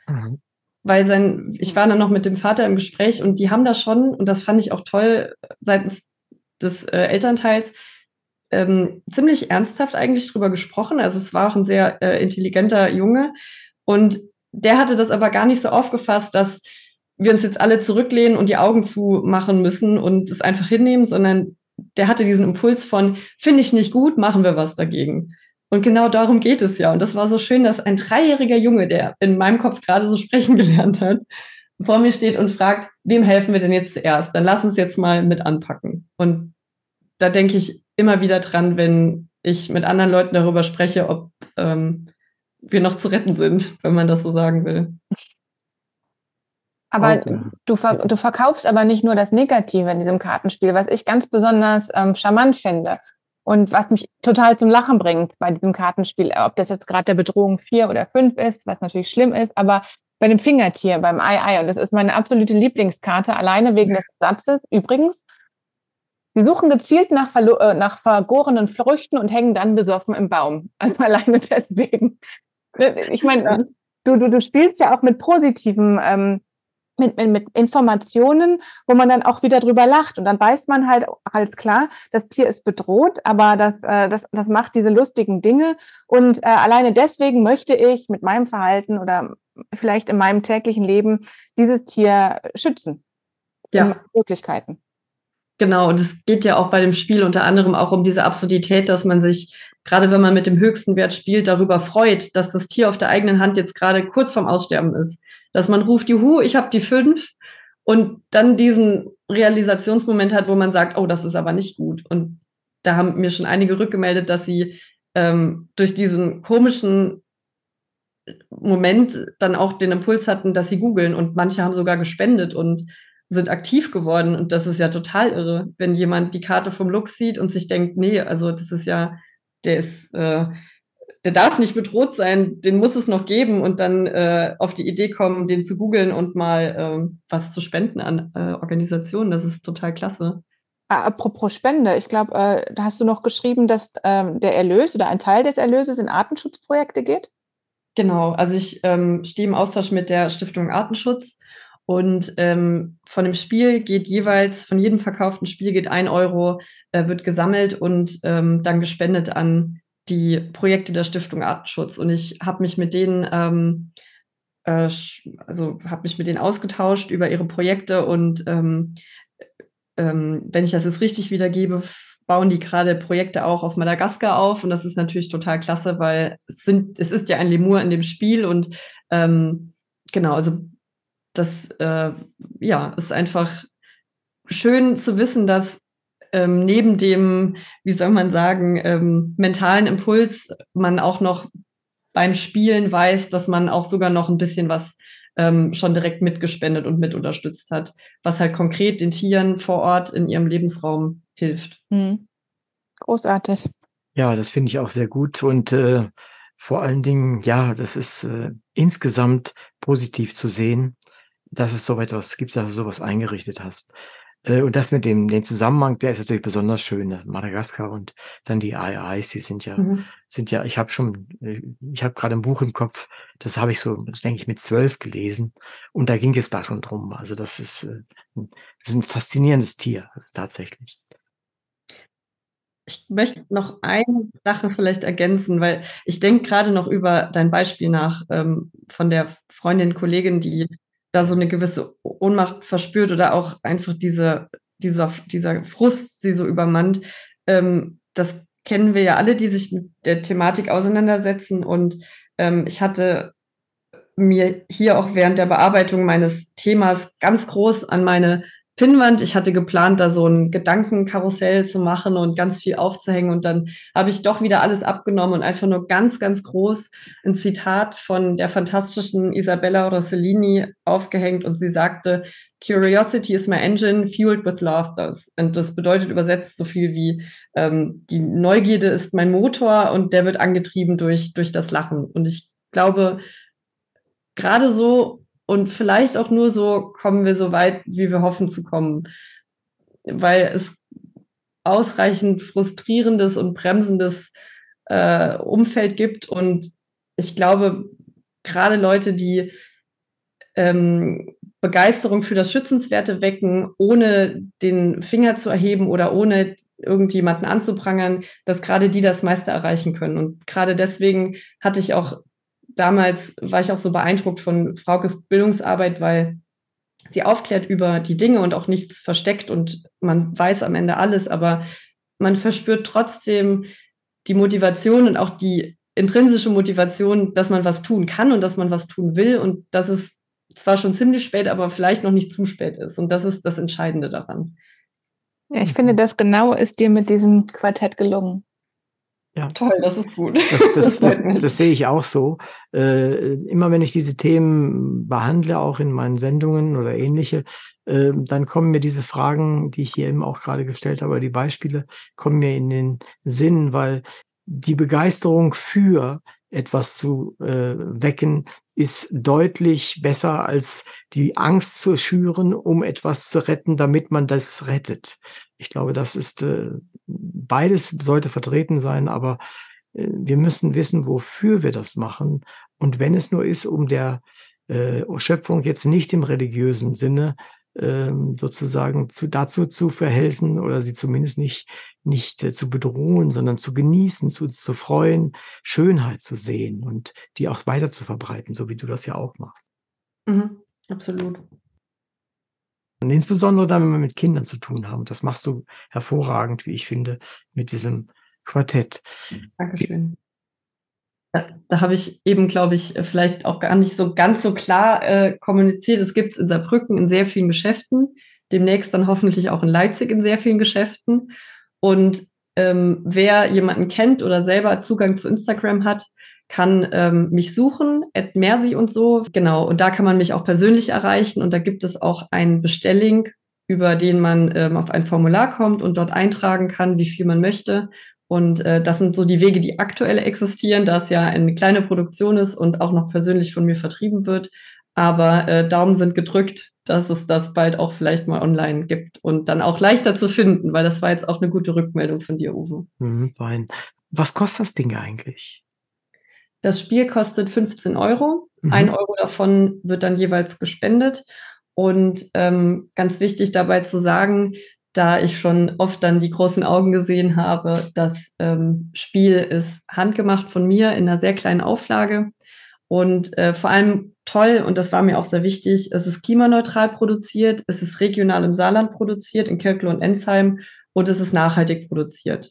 Mhm. Weil sein, ich war dann noch mit dem Vater im Gespräch und die haben da schon, und das fand ich auch toll seitens des äh, Elternteils, ähm, ziemlich ernsthaft eigentlich drüber gesprochen. Also es war auch ein sehr äh, intelligenter Junge und der hatte das aber gar nicht so aufgefasst, dass wir uns jetzt alle zurücklehnen und die Augen zumachen müssen und es einfach hinnehmen, sondern der hatte diesen Impuls von, finde ich nicht gut, machen wir was dagegen. Und genau darum geht es ja. Und das war so schön, dass ein dreijähriger Junge, der in meinem Kopf gerade so sprechen gelernt hat, vor mir steht und fragt, wem helfen wir denn jetzt zuerst? Dann lass uns jetzt mal mit anpacken. Und da denke ich immer wieder dran, wenn ich mit anderen Leuten darüber spreche, ob ähm, wir noch zu retten sind, wenn man das so sagen will. Aber Auch, ja. du, ver du verkaufst aber nicht nur das Negative in diesem Kartenspiel, was ich ganz besonders ähm, charmant finde und was mich total zum Lachen bringt bei diesem Kartenspiel, ob das jetzt gerade der Bedrohung vier oder fünf ist, was natürlich schlimm ist, aber bei dem Fingertier, beim Ei Ei, und das ist meine absolute Lieblingskarte, alleine wegen des Satzes. Übrigens, sie suchen gezielt nach, äh, nach vergorenen Früchten und hängen dann besoffen im Baum. Also alleine deswegen. Ich meine, ja. du, du, du spielst ja auch mit positiven ähm, Mit, mit, mit Informationen, wo man dann auch wieder drüber lacht. Und dann weiß man halt als klar, das Tier ist bedroht, aber das, äh, das, das macht diese lustigen Dinge. Und äh, alleine deswegen möchte ich mit meinem Verhalten oder vielleicht in meinem täglichen Leben dieses Tier schützen. Ja. In meinen Möglichkeiten. Genau, und es geht ja auch bei dem Spiel unter anderem auch um diese Absurdität, dass man sich, gerade wenn man mit dem höchsten Wert spielt, darüber freut, dass das Tier auf der eigenen Hand jetzt gerade kurz vorm Aussterben ist. Dass man ruft, juhu, ich habe die fünf und dann diesen Realisationsmoment hat, wo man sagt, oh, das ist aber nicht gut. Und da haben mir schon einige rückgemeldet, dass sie ähm, durch diesen komischen Moment dann auch den Impuls hatten, dass sie googeln und manche haben sogar gespendet und sind aktiv geworden und das ist ja total irre, wenn jemand die Karte vom Lux sieht und sich denkt, nee, also das ist ja, der ist, äh, der darf nicht bedroht sein, den muss es noch geben und dann äh, auf die Idee kommen, den zu googeln und mal äh, was zu spenden an äh, Organisationen, das ist total klasse. Apropos Spende, ich glaube, äh, da hast du noch geschrieben, dass ähm, der Erlös oder ein Teil des Erlöses in Artenschutzprojekte geht? Genau, also ich ähm, stehe im Austausch mit der Stiftung Artenschutz und ähm, von dem Spiel geht jeweils, von jedem verkauften Spiel geht ein Euro, äh, wird gesammelt und ähm, dann gespendet an die Projekte der Stiftung Artenschutz. Und ich habe mich mit denen, ähm, äh, also habe mich mit denen ausgetauscht über ihre Projekte und ähm, ähm, wenn ich das jetzt richtig wiedergebe, bauen die gerade Projekte auch auf Madagaskar auf und das ist natürlich total klasse, weil es sind, es ist ja ein Lemur in dem Spiel und ähm, genau, also das äh, ja, ist einfach schön zu wissen, dass ähm, neben dem, wie soll man sagen, ähm, mentalen Impuls man auch noch beim Spielen weiß, dass man auch sogar noch ein bisschen was ähm, schon direkt mitgespendet und mit unterstützt hat, was halt konkret den Tieren vor Ort in ihrem Lebensraum hilft. Hm. Großartig. Ja, das finde ich auch sehr gut und äh, vor allen Dingen, ja, das ist äh, insgesamt positiv zu sehen, dass es so etwas gibt, dass du sowas eingerichtet hast. Äh, und das mit dem den Zusammenhang, der ist natürlich besonders schön. Das Madagaskar und dann die Aais, die sind ja Mhm. sind ja ich habe schon äh, ich habe gerade ein Buch im Kopf, das habe ich so, das denke ich, mit zwölf gelesen und da ging es da schon drum. Also das ist, äh, 'n das ist 'n faszinierendes Tier, also tatsächlich. Ich möchte noch eine Sache vielleicht ergänzen, weil ich denke gerade noch über dein Beispiel nach, ähm, von der Freundin, Kollegin, die da so eine gewisse Ohnmacht verspürt oder auch einfach diese dieser dieser Frust sie so übermannt. Ähm, das kennen wir ja alle, die sich mit der Thematik auseinandersetzen und, ähm, ich hatte mir hier auch während der Bearbeitung meines Themas ganz groß an meine Pinnwand. Ich hatte geplant, da so ein Gedankenkarussell zu machen und ganz viel aufzuhängen. Und dann habe ich doch wieder alles abgenommen und einfach nur ganz, ganz groß ein Zitat von der fantastischen Isabella Rossellini aufgehängt. Und sie sagte, Curiosity is my engine, fueled with laughter. Und das bedeutet übersetzt so viel wie, ähm, die Neugierde ist mein Motor und der wird angetrieben durch, durch das Lachen. Und ich glaube, gerade so und vielleicht auch nur so kommen wir so weit, wie wir hoffen zu kommen, weil es ausreichend frustrierendes und bremsendes äh, Umfeld gibt und ich glaube, gerade Leute, die ähm, Begeisterung für das Schützenswerte wecken, ohne den Finger zu erheben oder ohne irgendjemanden anzuprangern, dass gerade die das meiste erreichen können. Und gerade deswegen hatte ich auch damals, war ich auch so beeindruckt von Fraukes Bildungsarbeit, weil sie aufklärt über die Dinge und auch nichts versteckt und man weiß am Ende alles, aber man verspürt trotzdem die Motivation und auch die intrinsische Motivation, dass man was tun kann und dass man was tun will und dass es zwar schon ziemlich spät, aber vielleicht noch nicht zu spät ist. Und das ist das Entscheidende daran. Ja, ich finde, das genau ist dir mit diesem Quartett gelungen. Ja, Toll, das ist gut. das, das, freut das, mich. das sehe ich auch so. Äh, immer wenn ich diese Themen behandle, auch in meinen Sendungen oder ähnliche, äh, dann kommen mir diese Fragen, die ich hier eben auch gerade gestellt habe, die Beispiele, kommen mir in den Sinn, weil die Begeisterung für etwas zu äh, wecken, ist deutlich besser als die Angst zu schüren, um etwas zu retten, damit man das rettet. Ich glaube, das ist äh, beides sollte vertreten sein, aber äh, wir müssen wissen, wofür wir das machen. Und wenn es nur ist, um der äh, Schöpfung jetzt nicht im religiösen Sinne ähm, sozusagen zu, dazu zu verhelfen oder sie zumindest nicht, nicht äh, zu bedrohen, sondern zu genießen, zu, zu freuen, Schönheit zu sehen und die auch weiter zu verbreiten, so wie du das ja auch machst. Mhm, absolut. Und insbesondere dann, wenn wir mit Kindern zu tun haben. Das machst du hervorragend, wie ich finde, mit diesem Quartett. Dankeschön. Da, da habe ich eben, glaube ich, vielleicht auch gar nicht so ganz so klar äh, kommuniziert. Es gibt es in Saarbrücken in sehr vielen Geschäften, demnächst dann hoffentlich auch in Leipzig in sehr vielen Geschäften. Und ähm, wer jemanden kennt oder selber Zugang zu Instagram hat, kann ähm, mich suchen, at Mersi und so. Genau, und da kann man mich auch persönlich erreichen. Und da gibt es auch einen Bestelllink, über den man ähm, auf ein Formular kommt und dort eintragen kann, wie viel man möchte. Und äh, das sind so die Wege, die aktuell existieren, da es ja eine kleine Produktion ist und auch noch persönlich von mir vertrieben wird. Aber äh, Daumen sind gedrückt, dass es das bald auch vielleicht mal online gibt und dann auch leichter zu finden, weil das war jetzt auch eine gute Rückmeldung von dir, Uwe. Mhm, fein. Was kostet das Ding eigentlich? Das Spiel kostet fünfzehn Euro. Mhm. Ein Euro davon wird dann jeweils gespendet. Und ähm, ganz wichtig dabei zu sagen, da ich schon oft dann die großen Augen gesehen habe, das ähm, Spiel ist handgemacht von mir in einer sehr kleinen Auflage. Und äh, vor allem toll, und das war mir auch sehr wichtig, es ist klimaneutral produziert, es ist regional im Saarland produziert, in Kirkel und Ensheim, und es ist nachhaltig produziert.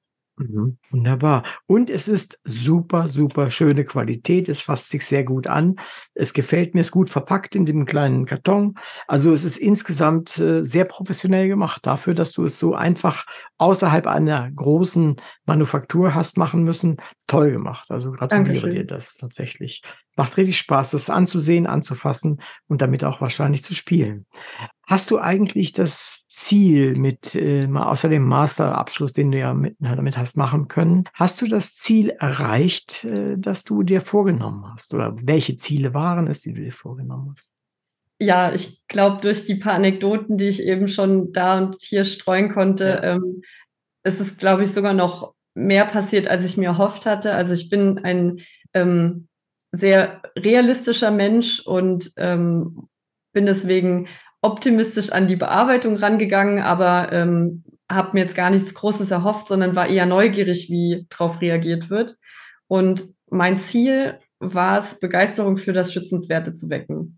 Mhm, wunderbar. Und es ist super, super schöne Qualität. Es fasst sich sehr gut an. Es gefällt mir, es ist gut verpackt in dem kleinen Karton. Also es ist insgesamt äh, sehr professionell gemacht dafür, dass du es so einfach außerhalb einer großen Manufaktur hast machen müssen. Toll gemacht. Also gratuliere Dankeschön. dir das tatsächlich. Macht richtig Spaß, das anzusehen, anzufassen und damit auch wahrscheinlich zu spielen. Hast du eigentlich das Ziel mit, äh, mal außer dem Masterabschluss, den du ja mit, damit hast machen können, hast du das Ziel erreicht, äh, das du dir vorgenommen hast? Oder welche Ziele waren es, die du dir vorgenommen hast? Ja, ich glaube, durch die paar Anekdoten, die ich eben schon da und hier streuen konnte, Ja. ähm, ist es, glaube ich, sogar noch mehr passiert, als ich mir erhofft hatte. Also ich bin ein ähm, sehr realistischer Mensch und ähm, bin deswegen optimistisch an die Bearbeitung rangegangen, aber ähm, habe mir jetzt gar nichts Großes erhofft, sondern war eher neugierig, wie darauf reagiert wird. Und mein Ziel war es, Begeisterung für das Schützenswerte zu wecken.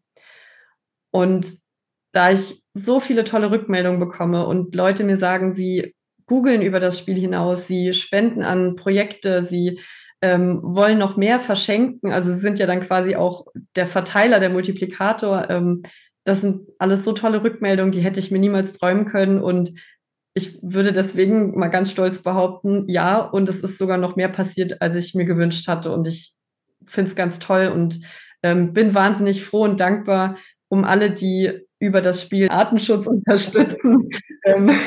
Und da ich so viele tolle Rückmeldungen bekomme und Leute mir sagen, sie googeln über das Spiel hinaus, sie spenden an Projekte, sie ähm, wollen noch mehr verschenken, also sie sind ja dann quasi auch der Verteiler, der Multiplikator. Ähm, das sind alles so tolle Rückmeldungen, die hätte ich mir niemals träumen können, und ich würde deswegen mal ganz stolz behaupten, ja, und es ist sogar noch mehr passiert, als ich mir gewünscht hatte, und ich finde es ganz toll und ähm, bin wahnsinnig froh und dankbar um alle, die über das Spiel Artenschutz unterstützen. ähm,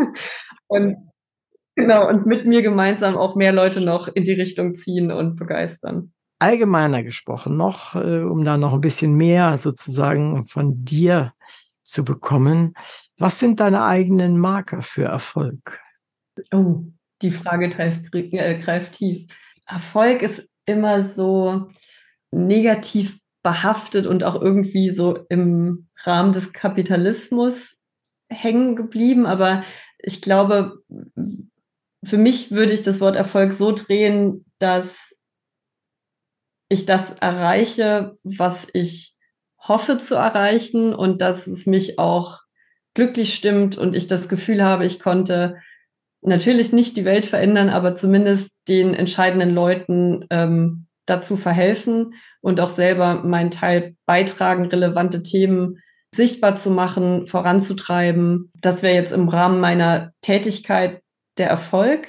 und, genau, und mit mir gemeinsam auch mehr Leute noch in die Richtung ziehen und begeistern. Allgemeiner gesprochen noch, äh, um da noch ein bisschen mehr sozusagen von dir zu bekommen. Was sind deine eigenen Marker für Erfolg? Oh, die Frage greift, äh, greift tief. Erfolg ist immer so negativ behaftet und auch irgendwie so im Rahmen des Kapitalismus hängen geblieben. Aber ich glaube, für mich würde ich das Wort Erfolg so drehen, dass ich das erreiche, was ich hoffe zu erreichen und dass es mich auch glücklich stimmt und ich das Gefühl habe, ich konnte natürlich nicht die Welt verändern, aber zumindest den entscheidenden Leuten ähm, dazu verhelfen und auch selber meinen Teil beitragen, relevante Themen sichtbar zu machen, voranzutreiben. Das wäre jetzt im Rahmen meiner Tätigkeit der Erfolg.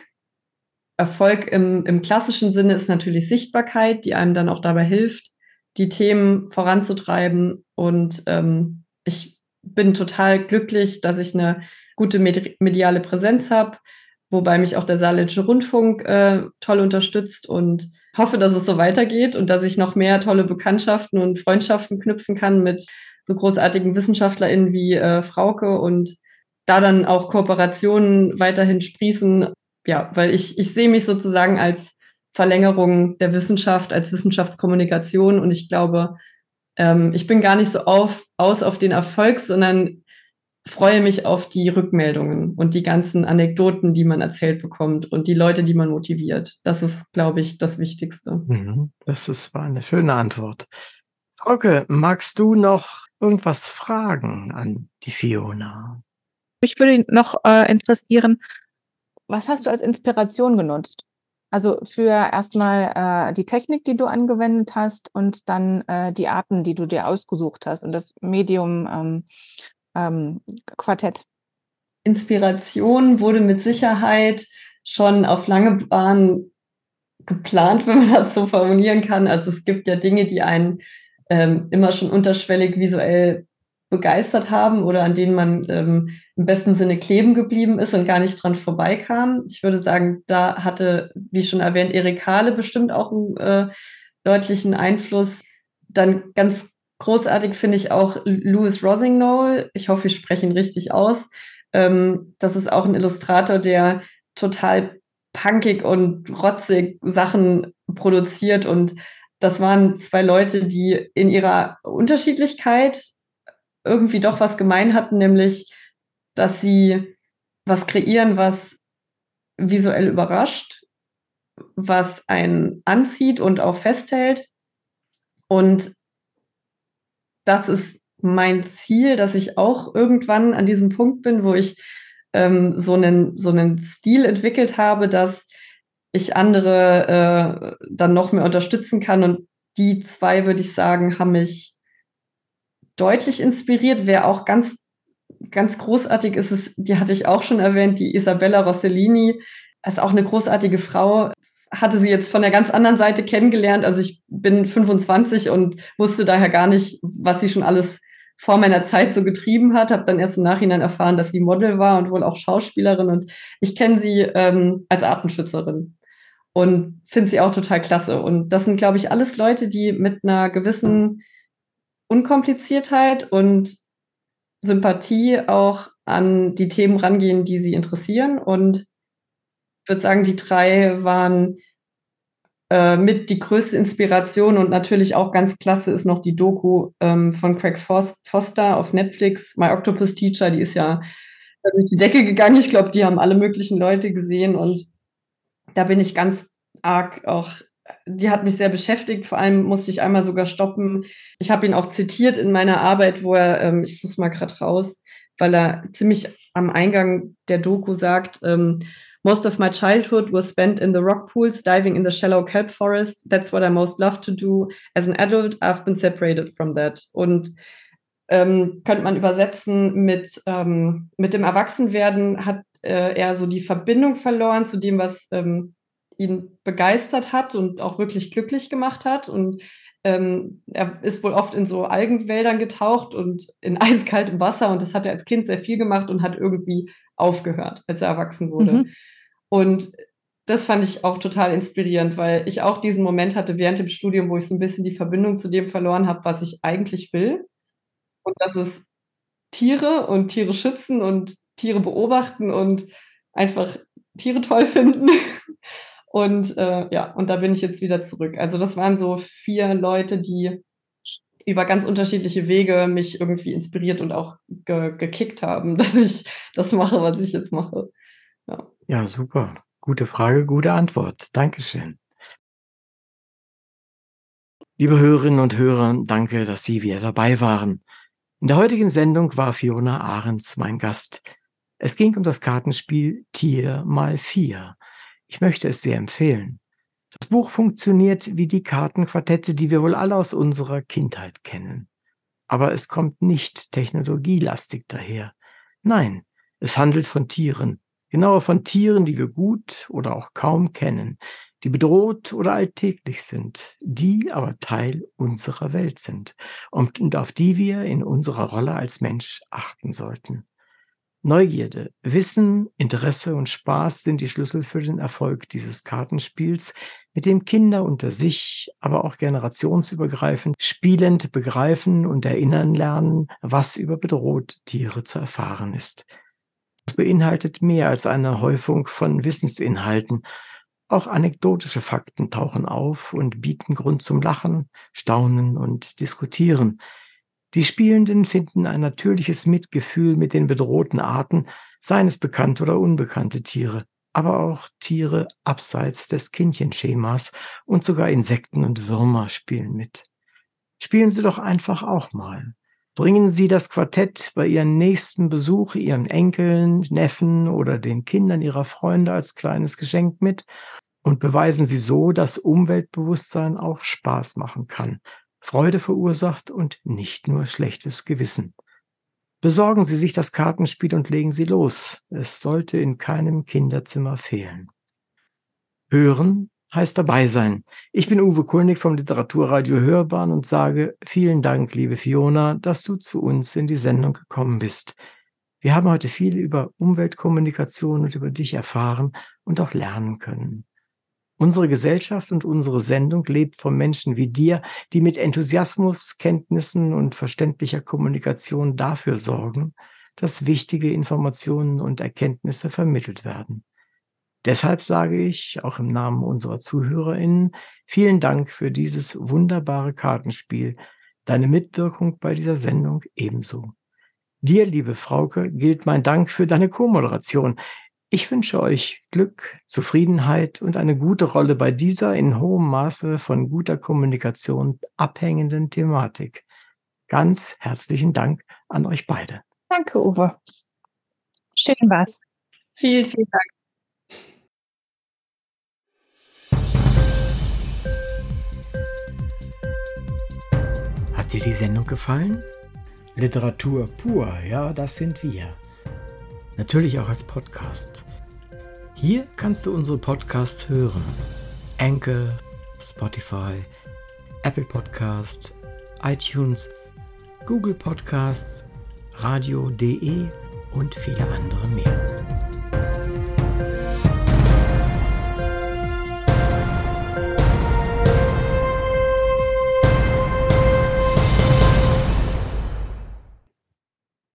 Erfolg im, im klassischen Sinne ist natürlich Sichtbarkeit, die einem dann auch dabei hilft, die Themen voranzutreiben. Und ähm, ich bin total glücklich, dass ich eine gute med- mediale Präsenz habe, wobei mich auch der Saarländische Rundfunk äh, toll unterstützt und hoffe, dass es so weitergeht und dass ich noch mehr tolle Bekanntschaften und Freundschaften knüpfen kann mit so großartigen WissenschaftlerInnen wie äh, Frauke und da dann auch Kooperationen weiterhin sprießen. Ja, weil ich, ich sehe mich sozusagen als Verlängerung der Wissenschaft, als Wissenschaftskommunikation und ich glaube, ähm, ich bin gar nicht so auf, aus auf den Erfolg, sondern freue mich auf die Rückmeldungen und die ganzen Anekdoten, die man erzählt bekommt und die Leute, die man motiviert. Das ist, glaube ich, das Wichtigste. Mhm. Das ist, war eine schöne Antwort. Frauke, magst du noch irgendwas fragen an die Fiona? Mich würde noch äh, interessieren, was hast du als Inspiration genutzt? Also für erstmal äh, die Technik, die du angewendet hast und dann äh, die Arten, die du dir ausgesucht hast und das Medium ähm, ähm, Quartett. Inspiration wurde mit Sicherheit schon auf lange Bahn geplant, wenn man das so formulieren kann. Also es gibt ja Dinge, die einen ähm, immer schon unterschwellig visuell begeistert haben oder an denen man ähm, im besten Sinne kleben geblieben ist und gar nicht dran vorbeikam. Ich würde sagen, da hatte, wie schon erwähnt, Erik Kahle bestimmt auch einen äh, deutlichen Einfluss. Dann ganz großartig finde ich auch Louis Rossignol. Ich hoffe, ich spreche ihn richtig aus. Ähm, das ist auch ein Illustrator, der total punkig und rotzig Sachen produziert. Und das waren zwei Leute, die in ihrer Unterschiedlichkeit irgendwie doch was gemein hatten, nämlich, dass sie was kreieren, was visuell überrascht, was einen anzieht und auch festhält. Und das ist mein Ziel, dass ich auch irgendwann an diesem Punkt bin, wo ich ähm, so einen, so einen Stil entwickelt habe, dass ich andere äh, dann noch mehr unterstützen kann. Und die zwei, würde ich sagen, haben mich deutlich inspiriert. Wer auch ganz, ganz großartig ist, es, die hatte ich auch schon erwähnt, die Isabella Rossellini, ist auch eine großartige Frau. Hatte sie jetzt von der ganz anderen Seite kennengelernt. Also ich bin fünfundzwanzig und wusste daher gar nicht, was sie schon alles vor meiner Zeit so getrieben hat. Habe dann erst im Nachhinein erfahren, dass sie Model war und wohl auch Schauspielerin. Und ich kenne sie ähm, als Artenschützerin und finde sie auch total klasse. Und das sind, glaube ich, alles Leute, die mit einer gewissen Unkompliziertheit und Sympathie auch an die Themen rangehen, die sie interessieren. Und ich würde sagen, die drei waren äh, mit die größte Inspiration und natürlich auch ganz klasse ist noch die Doku ähm, von Craig Foster auf Netflix, My Octopus Teacher, die ist ja durch die Decke gegangen. Ich glaube, die haben alle möglichen Leute gesehen und da bin ich ganz arg auch, die hat mich sehr beschäftigt. Vor allem musste ich einmal sogar stoppen. Ich habe ihn auch zitiert in meiner Arbeit, wo er, ähm, ich suche es mal gerade raus, weil er ziemlich am Eingang der Doku sagt, ähm, most of my childhood was spent in the rock pools, diving in the shallow kelp forest. That's what I most love to do. As an adult, I've been separated from that. Und ähm, könnte man übersetzen mit, ähm, mit dem Erwachsenwerden hat äh, er so die Verbindung verloren zu dem, was ähm, ihn begeistert hat und auch wirklich glücklich gemacht hat. Und ähm, er ist wohl oft in so Algenwäldern getaucht und in eiskaltem Wasser. Und das hat er als Kind sehr viel gemacht und hat irgendwie aufgehört, als er erwachsen wurde. Mhm. Und das fand ich auch total inspirierend, weil ich auch diesen Moment hatte während dem Studium, wo ich so ein bisschen die Verbindung zu dem verloren habe, was ich eigentlich will. Und das ist Tiere und Tiere schützen und Tiere beobachten und einfach Tiere toll finden. Und äh, ja, und da bin ich jetzt wieder zurück. Also das waren so vier Leute, die über ganz unterschiedliche Wege mich irgendwie inspiriert und auch ge- gekickt haben, dass ich das mache, was ich jetzt mache. Ja. Ja, super. Gute Frage, gute Antwort. Dankeschön. Liebe Hörerinnen und Hörer, danke, dass Sie wieder dabei waren. In der heutigen Sendung war Fiona Ahrens mein Gast. Es ging um das Kartenspiel Tier mal vier. Ich möchte es sehr empfehlen. Das Buch funktioniert wie die Kartenquartette, die wir wohl alle aus unserer Kindheit kennen. Aber es kommt nicht technologielastig daher. Nein, es handelt von Tieren. Genauer von Tieren, die wir gut oder auch kaum kennen, die bedroht oder alltäglich sind, die aber Teil unserer Welt sind und, und auf die wir in unserer Rolle als Mensch achten sollten. Neugierde, Wissen, Interesse und Spaß sind die Schlüssel für den Erfolg dieses Kartenspiels, mit dem Kinder unter sich, aber auch generationsübergreifend spielend begreifen und erinnern lernen, was über bedrohte Tiere zu erfahren ist. Es beinhaltet mehr als eine Häufung von Wissensinhalten. Auch anekdotische Fakten tauchen auf und bieten Grund zum Lachen, Staunen und Diskutieren. Die Spielenden finden ein natürliches Mitgefühl mit den bedrohten Arten, seien es bekannte oder unbekannte Tiere, aber auch Tiere abseits des Kindchenschemas und sogar Insekten und Würmer spielen mit. Spielen Sie doch einfach auch mal. Bringen Sie das Quartett bei Ihrem nächsten Besuch Ihren Enkeln, Neffen oder den Kindern Ihrer Freunde als kleines Geschenk mit und beweisen Sie so, dass Umweltbewusstsein auch Spaß machen kann, Freude verursacht und nicht nur schlechtes Gewissen. Besorgen Sie sich das Kartenspiel und legen Sie los. Es sollte in keinem Kinderzimmer fehlen. Hören heißt dabei sein. Ich bin Uwe Kulnig vom Literaturradio Hörbahn und sage vielen Dank, liebe Fiona, dass du zu uns in die Sendung gekommen bist. Wir haben heute viel über Umweltkommunikation und über dich erfahren und auch lernen können. Unsere Gesellschaft und unsere Sendung lebt von Menschen wie dir, die mit Enthusiasmus, Kenntnissen und verständlicher Kommunikation dafür sorgen, dass wichtige Informationen und Erkenntnisse vermittelt werden. Deshalb sage ich, auch im Namen unserer ZuhörerInnen, vielen Dank für dieses wunderbare Kartenspiel, deine Mitwirkung bei dieser Sendung ebenso. Dir, liebe Frauke, gilt mein Dank für deine Co-Moderation. Ich wünsche euch Glück, Zufriedenheit und eine gute Rolle bei dieser in hohem Maße von guter Kommunikation abhängenden Thematik. Ganz herzlichen Dank an euch beide. Danke, Uwe. Schön war's. Vielen, vielen Dank. Hat dir die Sendung gefallen? Literatur pur, ja, das sind wir. Natürlich auch als Podcast. Hier kannst du unsere Podcasts hören. Anchor, Spotify, Apple Podcast, iTunes, Google Podcasts, radio punkt de und viele andere mehr.